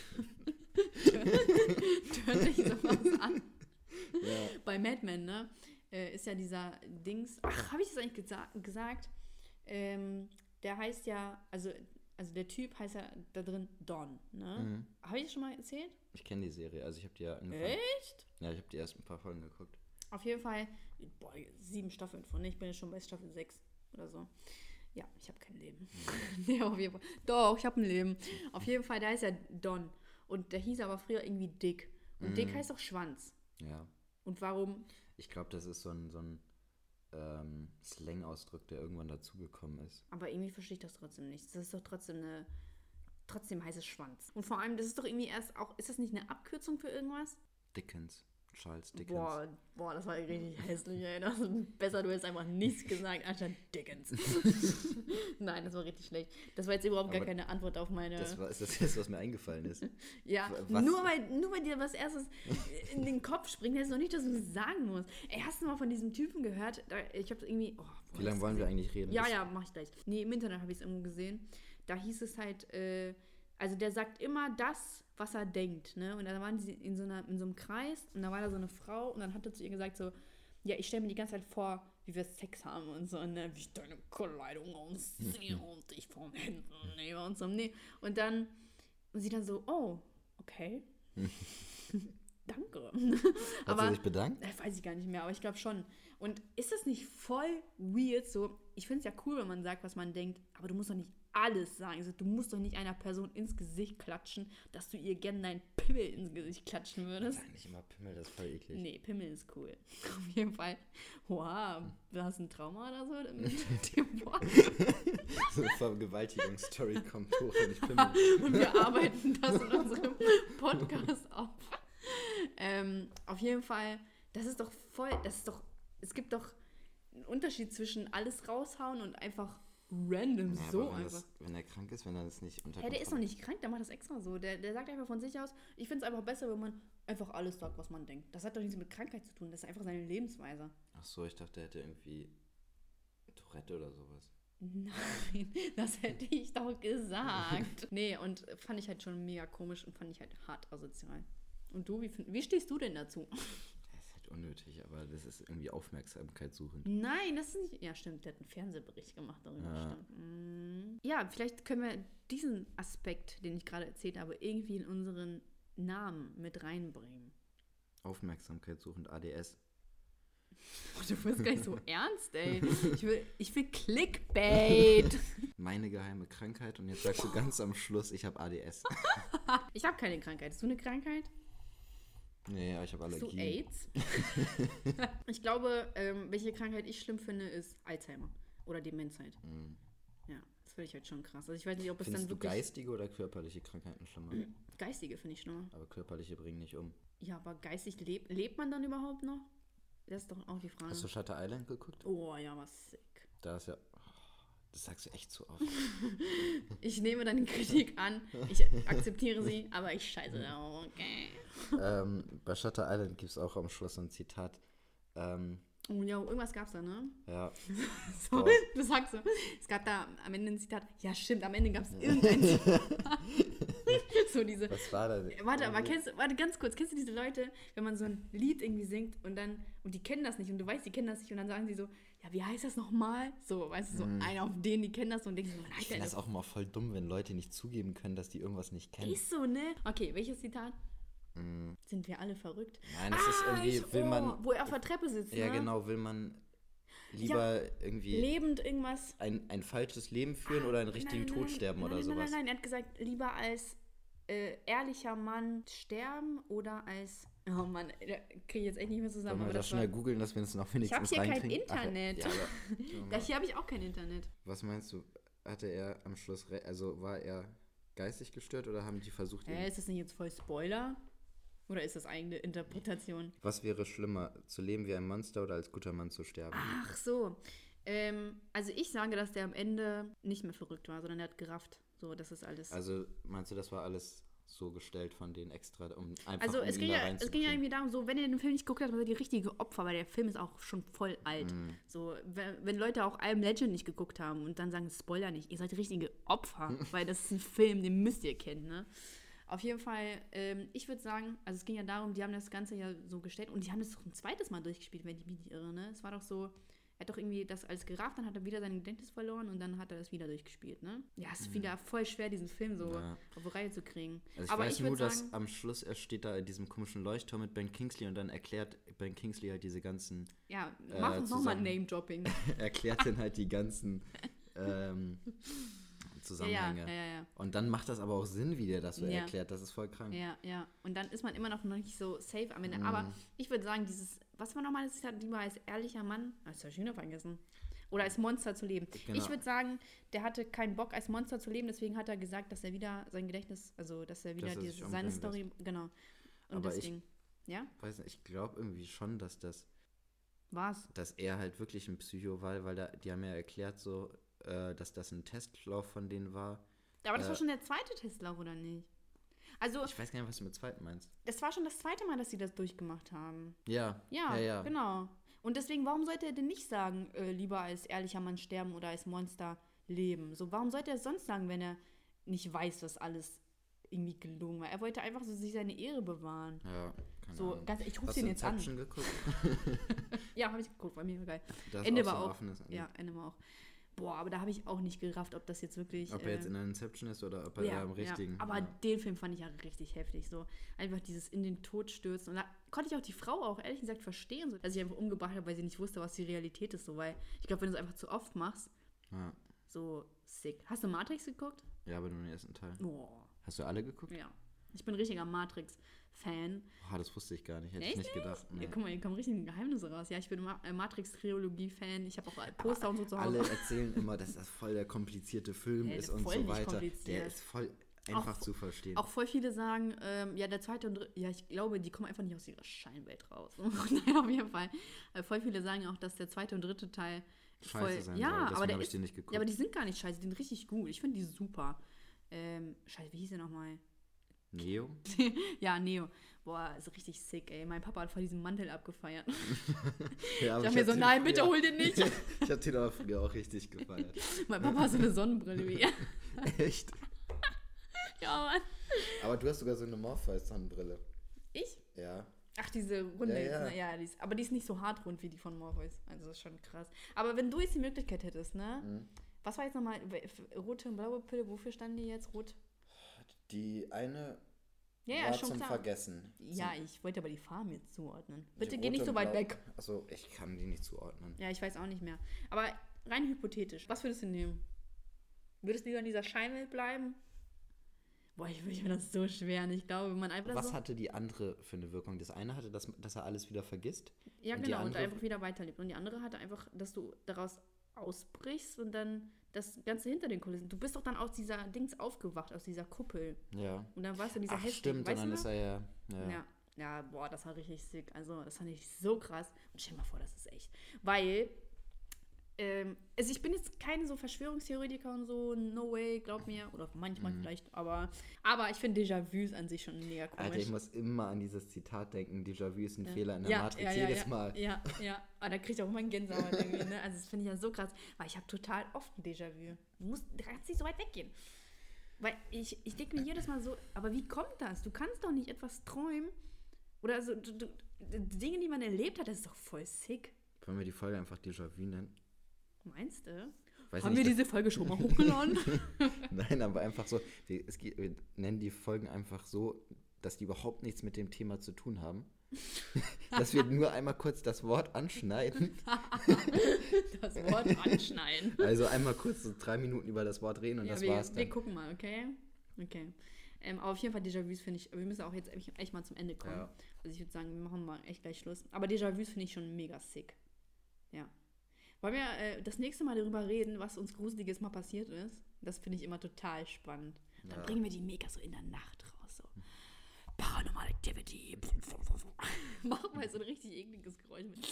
Hört dich sowas an? Ja. Bei Mad Men, ne? Ist ja dieser Dings, ach, habe ich das eigentlich gesa- gesagt? Ähm, der heißt ja, also, also der Typ heißt ja da drin Don, ne? Mhm. Habe ich das schon mal erzählt? Ich kenne die Serie, also ich habe die ja angefangen. Echt? Ja, ich habe die ersten paar Folgen geguckt. Auf jeden Fall, boah, sieben Staffeln von, ich bin jetzt schon bei Staffel sechs oder so. Ja, ich habe kein Leben. Nee, auf jeden Fall. Doch, ich habe ein Leben. Auf jeden Fall, da ist ja Don. Und der hieß aber früher irgendwie Dick. Und mhm. Dick heißt auch Schwanz. Ja. Und warum... Ich glaube, das ist so ein, so ein ähm, Slang-Ausdruck, der irgendwann dazugekommen ist. Aber irgendwie verstehe ich das trotzdem nicht. Das ist doch trotzdem eine, trotzdem heißt es Schwanz. Und vor allem, das ist doch irgendwie erst auch, ist das nicht eine Abkürzung für irgendwas? Dickens. Charles Dickens. Boah, boah, das war richtig hässlich, ey. Das ist besser, du hättest einfach nichts gesagt, anstatt Dickens. Nein, das war richtig schlecht. Das war jetzt überhaupt Aber gar keine Antwort auf meine... Das war, ist das jetzt, was mir eingefallen ist? Ja, nur weil, nur weil dir was erstes in den Kopf springt, heißt noch nicht, dass du es sagen musst. Ey, hast du mal von diesem Typen gehört? Ich habe irgendwie... Oh, Wie lange wollen wir eigentlich reden? Ja, ja, mach ich gleich. Nee, im Internet habe ich es irgendwo gesehen. Da hieß es halt... Äh, Also der sagt immer das, was er denkt, ne? Und dann waren sie in so, einer, in so einem Kreis und da war da so eine Frau und dann hat er zu ihr gesagt so, ja, ich stelle mir die ganze Zeit vor, wie wir Sex haben und so, ne? Wie ich deine Kleidung ausziehe und dich vom Händen nehme und so, ne? Und dann, und sie dann so, oh, okay. Danke. Hat aber, sie sich bedankt? Äh, weiß ich gar nicht mehr, aber ich glaube schon. Und ist das nicht voll weird so, ich finde es ja cool, wenn man sagt, was man denkt, aber du musst doch nicht alles sagen. So, du musst doch nicht einer Person ins Gesicht klatschen, dass du ihr gerne deinen Pimmel ins Gesicht klatschen würdest. Sag nicht immer Pimmel, das ist voll eklig. Nee, Pimmel ist cool. Auf jeden Fall. Wow, du hast ein Trauma oder so mit dem Wort. So eine Vergewaltigungsstory kommt hoch, wenn ich Pimmel. Und wir arbeiten das in unserem Podcast auf. Ähm, auf jeden Fall, das ist doch voll, das ist doch, es gibt doch einen Unterschied zwischen alles raushauen und einfach random, ja, so aber wenn einfach. Das, wenn er krank ist, wenn er das nicht unter Hey, der ist doch Kontrolle- nicht krank, der macht das extra so. Der, der sagt einfach von sich aus, ich finde es einfach besser, wenn man einfach alles sagt, was man denkt. Das hat doch nichts mit Krankheit zu tun, das ist einfach seine Lebensweise. Ach so, ich dachte, er hätte irgendwie Tourette oder sowas. Nein, das hätte ich doch gesagt. Nee, und fand ich halt schon mega komisch und fand ich halt hart asozial. Und du, wie, find, wie stehst du denn dazu? Das ist halt unnötig, aber das ist irgendwie Aufmerksamkeit suchen. Nein, das ist nicht. Ja, stimmt, der hat einen Fernsehbericht gemacht darüber. Ja. Stimmt. Mm. Ja, vielleicht können wir diesen Aspekt, den ich gerade erzählt habe, irgendwie in unseren Namen mit reinbringen. Aufmerksamkeit suchend, A D S. Oh, du wirst gar nicht so ernst, ey. Ich will, ich will Clickbait. Meine geheime Krankheit und jetzt sagst du ganz am Schluss, ich habe A D S. Ich habe keine Krankheit. Hast du eine Krankheit? Nee, ich habe Hast du Allergien. AIDS? Ich glaube, ähm, welche Krankheit ich schlimm finde, ist Alzheimer oder Demenz halt. Hm. Ja, das finde ich halt schon krass. Also ich weiß nicht, ob es Findest dann du wirklich... geistige oder körperliche Krankheiten schlimmer? Geistige finde ich schlimmer. Aber körperliche bringen nicht um. Ja, aber geistig leb lebt man dann überhaupt noch? Das ist doch auch die Frage. Hast du Shutter Island geguckt? Oh, ja, was sick. Da ist ja... Das sagst du echt zu oft. Ich nehme deine Kritik an, ich akzeptiere sie, aber ich scheiße da, okay. ähm, bei Shutter Island gibt es auch am Schluss so ein Zitat. Ähm, Oh ja, irgendwas gab's da, ne? ja, So, Boah. du sagst so, es gab da am Ende ein Zitat. Ja, stimmt, am Ende gab es irgendein Zitat. So diese... was war da? Warte, aber kennst du, warte, ganz kurz, kennst du diese Leute, wenn man so ein Lied irgendwie singt und dann, und die kennen das nicht und du weißt, die kennen das nicht und dann sagen sie so, ja, wie heißt das nochmal? So, weißt du, so Mhm. einer auf denen, die kennen das und denken so, man Ich hat finde das auch immer voll dumm, wenn Leute nicht zugeben können, dass die irgendwas nicht kennen. Ist so, ne? Okay, welches Zitat? Mhm. Sind wir alle verrückt? Nein, das ist irgendwie, ich, will oh, man... wo er auf der Treppe sitzt, Ja, ne? genau, will man lieber irgendwie Lebend irgendwas. ein, ein falsches Leben führen oder einen richtigen Nein, Tod nein, sterben nein, oder nein, sowas. Nein, nein, nein, er hat gesagt, lieber als äh, ehrlicher Mann sterben oder als... Oh Mann, da kriege ich jetzt echt nicht mehr zusammen. Wollen wir aber das das schnell war, googeln, dass wir uns noch ich habe wenigstens hier kein reinkriegen? Internet. Ach, ja, aber, Da, hier habe ich auch kein Internet. was meinst du? Hatte er am Schluss, re- also war er geistig gestört oder haben die versucht, ihn... Äh, ist das nicht jetzt voll Spoiler? Oder ist das eigene Interpretation? Was wäre schlimmer, zu leben wie ein Monster oder als guter Mann zu sterben? Ach so. Ähm, also ich sage, dass der am Ende nicht mehr verrückt war, sondern er hat gerafft. So, das ist alles. Also meinst du, das war alles so gestellt von denen extra, um einfach Also um es ihn ging, da ja, es ging ja reinzukriegen? irgendwie darum, so wenn ihr den Film nicht geguckt habt, dann seid ihr richtige Opfer, weil der Film ist auch schon voll alt. Mm. So, wenn, wenn Leute auch I Am Legend nicht geguckt haben und dann sagen, Spoiler nicht, ihr seid richtige Opfer, weil das ist ein Film, den müsst ihr kennen, ne? Auf jeden Fall, ähm, ich würde sagen, also es ging ja darum, die haben das Ganze ja so gestellt und die haben das doch ein zweites Mal durchgespielt, wenn ich mich nicht irre, ne? Es war doch so, er hat doch irgendwie das alles gerafft, dann hat er wieder sein Gedächtnis verloren und dann hat er das wieder durchgespielt, ne? Ja, es ist wieder voll schwer, diesen Film so Ja. auf die Reihe zu kriegen. Also ich Aber weiß ich nur, würd dass sagen, am Schluss, er steht da in diesem komischen Leuchtturm mit Ben Kingsley und dann erklärt Ben Kingsley halt diese ganzen, ja, äh, mach uns nochmal zusammen- Name-Dropping. erklärt dann halt die ganzen ähm, Ja, ja, Zusammenhänge. ja, ja, ja. Und dann macht das aber auch Sinn, wie der das so Ja. erklärt. Das ist voll krank. Ja, ja. Und dann ist man immer noch nicht so safe am Ende. Mhm. Aber ich würde sagen, dieses, was war nochmal das Zitat, lieber als ehrlicher Mann, das habe ich wieder vergessen. Oder als Monster zu leben. Genau. Ich würde sagen, der hatte keinen Bock, als Monster zu leben, deswegen hat er gesagt, dass er wieder sein Gedächtnis, also dass er wieder Dass er diese, sich seine umbringen Story, genau. Und Aber ich- deswegen, ja, Weiß nicht, ich glaube irgendwie schon, dass das, war's. dass er halt wirklich ein Psycho war, weil da, die haben ja erklärt so, äh, dass das ein Testlauf von denen war. Aber das Äh, war schon der zweite Testlauf, oder nicht? Also, Ich weiß gar nicht, was du mit zweiten meinst. das war schon das zweite Mal, dass sie das durchgemacht haben. Ja, Ja, ja, ja. genau. Und deswegen, warum sollte er denn nicht sagen, äh, lieber als ehrlicher Mann sterben oder als Monster leben? So, warum sollte er es sonst sagen, wenn er nicht weiß, dass alles irgendwie gelogen war? Er wollte einfach so sich seine Ehre bewahren. Ja, keine So, Ahnung. ganz, ich rufe Hast den du jetzt an. Inception geguckt? Ja, habe ich geguckt, war mega geil. Das Ende auch war so ein auch. offenes Ende. Ja, Ende war auch. Boah, aber da habe ich auch nicht gerafft, ob das jetzt wirklich. Ob er äh, jetzt in einer Inception ist oder ob er ja, da im richtigen. Ja. Aber ja. den Film fand ich ja richtig heftig. So einfach dieses in den Tod stürzen. Und da konnte ich auch die Frau auch ehrlich gesagt verstehen, so, dass sie einfach umgebracht hat, weil sie nicht wusste, was die Realität ist. So, weil ich glaube, wenn du es einfach zu oft machst, Ja. so sick. Hast du Matrix geguckt? Ja, aber nur den ersten Teil. Boah. Hast du alle geguckt? Ja. Ich bin ein richtiger Matrix-Fan. Boah, das wusste ich gar nicht. Hätte Echt ich nicht nicht? gedacht. Nee. Ja, guck mal, hier kommen richtige Geheimnisse raus. Ja, ich bin Ma- äh, Matrix-Trilogie-Fan. Ich habe auch Poster und so zu Hause. Alle erzählen immer, dass das voll der komplizierte Film Hey, ist voll und so nicht weiter. kompliziert. Der ist voll einfach Auch- zu verstehen. Auch voll viele sagen, ähm, ja, der zweite und dritte, ja, ich glaube, die kommen einfach nicht aus ihrer Scheinwelt raus. Nein, auf jeden Fall. Äh, voll viele sagen auch, dass der zweite und dritte Teil voll, Scheiße sein ja, soll. Deswegen aber der habe ich ist, den nicht geguckt. ja, aber die sind gar nicht scheiße, die sind richtig gut. Ich finde die super. Ähm, scheiße, wie hieß der nochmal? Neo? Ja, Neo. Boah, ist richtig sick, ey. Mein Papa hat vor diesem Mantel abgefeiert. Ja, Ich dachte mir so, nein, bitte hol den nicht. Ich habe den aber früher auch richtig gefeiert. Mein Papa hat so eine Sonnenbrille wie er. Echt? Ja, Mann. Aber du hast sogar so eine Morpheus-Sonnenbrille. Ich? Ja. Ach, diese Runde Ja, jetzt, ja. ne? Ja, die ist, aber die ist nicht so hart rund wie die von Morpheus. Also das ist schon krass. Aber wenn du jetzt die Möglichkeit hättest, ne? Mhm. Was war jetzt nochmal, rote und blaue Pille, wofür standen die jetzt? Rot? Die eine Ja, ja, war schon zum klar. Vergessen. Ja, ich wollte aber die Farben jetzt zuordnen. Die Bitte geh rote nicht so und weit blau- weg. Achso, ich kann die nicht zuordnen. Ja, ich weiß auch nicht mehr. Aber rein hypothetisch, was würdest du nehmen? Würdest du lieber in dieser Scheinwelt bleiben? Boah, ich, ich finde das so schwer. Und ich glaube, wenn man einfach Was so... hatte die andere für eine Wirkung? Das eine hatte, dass, dass er alles wieder vergisst. Ja, und die genau, und andere- einfach wieder weiterlebt. Und die andere hatte einfach, dass du daraus ausbrichst und dann das Ganze hinter den Kulissen. Du bist doch dann aus dieser Dings aufgewacht, aus dieser Kuppel. Ja. Und dann warst du in dieser Ach, Heftig, stimmt. Und weißt dann du ist noch? er ja... Ja. Ja. Ja, boah, das war richtig sick. Also, das fand ich so krass. Und stell dir mal vor, das ist echt. Weil, ähm, also ich bin jetzt keine so Verschwörungstheoretiker und so, no way, glaub mir. Oder manchmal Mhm. vielleicht, aber, aber ich finde Déjà-vus an sich schon mega komisch. Alter, ich muss immer an dieses Zitat denken. Déjà-vu ist ein Ja. Fehler in der ja, Matrix ja, ja, jedes ja, Mal. Ja, ja. Aber da kriege ich auch immer einen Gänsehaut irgendwie, ne? Also das finde ich ja so krass. Weil ich habe total oft ein Déjà-vu. Du musst, du kannst nicht so weit weggehen. Weil ich, ich denke mir jedes Mal so, aber wie kommt das? Du kannst doch nicht etwas träumen. Oder so, du, du, die Dinge, die man erlebt hat, das ist doch voll sick. Wollen wir die Folge einfach Déjà-vu nennen? Meinst du? Weiß Haben nicht, wir diese Folge schon mal hochgeladen? Nein, aber einfach so, wir, es geht, wir nennen die Folgen einfach so, dass die überhaupt nichts mit dem Thema zu tun haben. Dass wir nur einmal kurz das Wort anschneiden. Das Wort anschneiden. Also einmal kurz so drei Minuten über das Wort reden und Ja, das wir, war's wir dann. gucken mal, okay? Okay. Ähm, aber auf jeden Fall Déjà-vus finde ich, wir müssen auch jetzt echt, echt mal zum Ende kommen. Ja. Also ich würde sagen, wir machen mal echt gleich Schluss. Aber Déjà-vus finde ich schon mega sick. Ja. Wollen wir äh, das nächste Mal darüber reden, was uns Gruseliges mal passiert ist? Das finde ich immer total spannend. Dann Ja. bringen wir die mega so in der Nacht raus. So. Paranormal Activity. Mach mal so ein richtig ekliges Geräusch mit.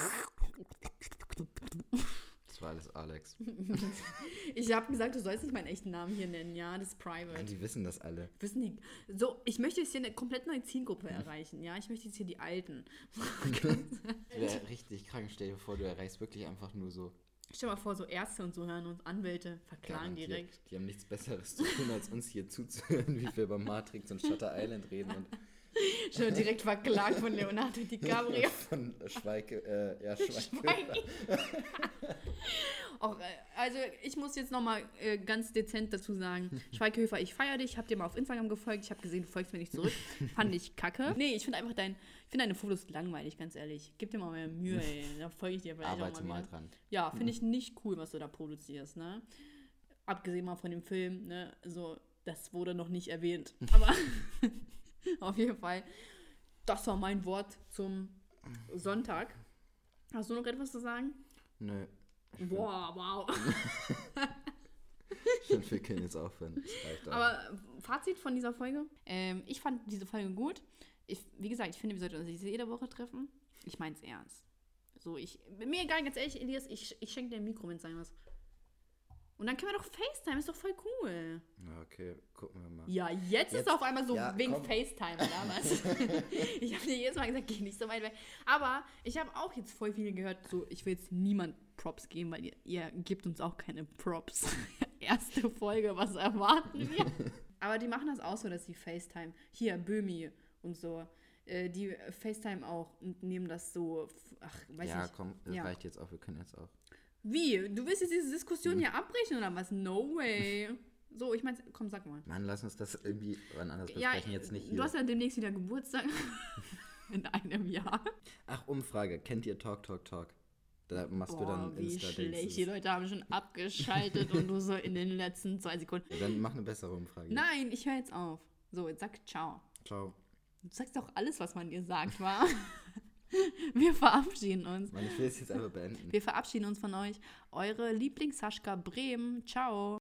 Das war alles Alex. Ich habe gesagt, du sollst nicht meinen echten Namen hier nennen, ja, das ist private. Mann, die wissen das alle. Wissen die, so, ich möchte jetzt hier eine komplett neue Zielgruppe erreichen, ja, ich möchte jetzt hier die Alten. Das wäre richtig krank. Stell dir vor, du erreichst wirklich einfach nur so. Stell dir mal vor, so Ärzte und so hören uns, Anwälte verklagen garantiert. direkt. Die haben nichts Besseres zu tun, als uns hier zuzuhören, wie wir über Matrix und Shutter Island reden und Schon direkt verklagt von Leonardo DiCaprio. von Schweige, äh, ja, Schweige. Schweige. Auch, äh, also ich muss jetzt nochmal äh, ganz dezent dazu sagen, Schweighöfer, ich feiere dich, hab dir mal auf Instagram gefolgt, ich habe gesehen, du folgst mir nicht zurück, fand ich kacke. Nee, ich finde einfach dein, ich finde deine Fotos langweilig, ganz ehrlich. Gib dir mal mehr Mühe, ey, da folge ich dir vielleicht Arbeite auch mal mal wieder. dran. Ja, finde ich nicht cool, was du da produzierst, ne? Abgesehen mal von dem Film, ne, so, das wurde noch nicht erwähnt, aber auf jeden Fall, das war mein Wort zum Sonntag. Hast du noch etwas zu sagen? Nö. Boah, wow. Ich finde, wir können jetzt aufhören. Das reicht auch. Aber Fazit von dieser Folge. Ähm, ich fand diese Folge gut. Ich, wie gesagt, ich finde, wir sollten uns jede Woche treffen. Ich meine es ernst. So, ich, mir egal, ganz ehrlich, Elias, ich, ich schenke dir ein Mikro, wenn es sein muss. Und dann können wir doch FaceTime, ist doch voll cool. Ja, okay, gucken wir mal. Ja, jetzt, ist Jetzt- es auf einmal so ja, wegen komm. FaceTime, oder was? Ich habe dir jedes Mal gesagt, geh nicht so weit weg. Aber ich habe auch jetzt voll viele gehört, so, ich will jetzt niemand Props geben, weil ihr, ihr gebt uns auch keine Props. Erste Folge, was erwarten wir? Aber die machen das auch so, dass sie FaceTime, hier, Böhmi und so, äh, die FaceTime auch und nehmen das so, ach, weiß Ja, ich. komm, das Ja. reicht jetzt auch. Wir können jetzt auch. Wie? Du willst jetzt diese Diskussion hier abbrechen oder was? No way. So, ich meine, komm, sag mal. Mann, lass uns das irgendwie wann anders Ja, besprechen. Jetzt nicht du hier. hast ja demnächst wieder Geburtstag. In einem Jahr. Ach, Umfrage. Kennt ihr Talk, Talk, Talk? Da machst Boah, du dann wie Insta schlecht. Die Leute haben schon abgeschaltet und du so in den letzten zwei Sekunden. Ja, dann mach eine bessere Umfrage. Nein, ich höre jetzt auf. So, jetzt sag ciao. Ciao. Du sagst doch alles, was man dir sagt, wa? Wir verabschieden uns. Mann, ich will es jetzt einfach beenden. Wir verabschieden uns von euch. Eure Lieblings-Saschka Bremen. Ciao.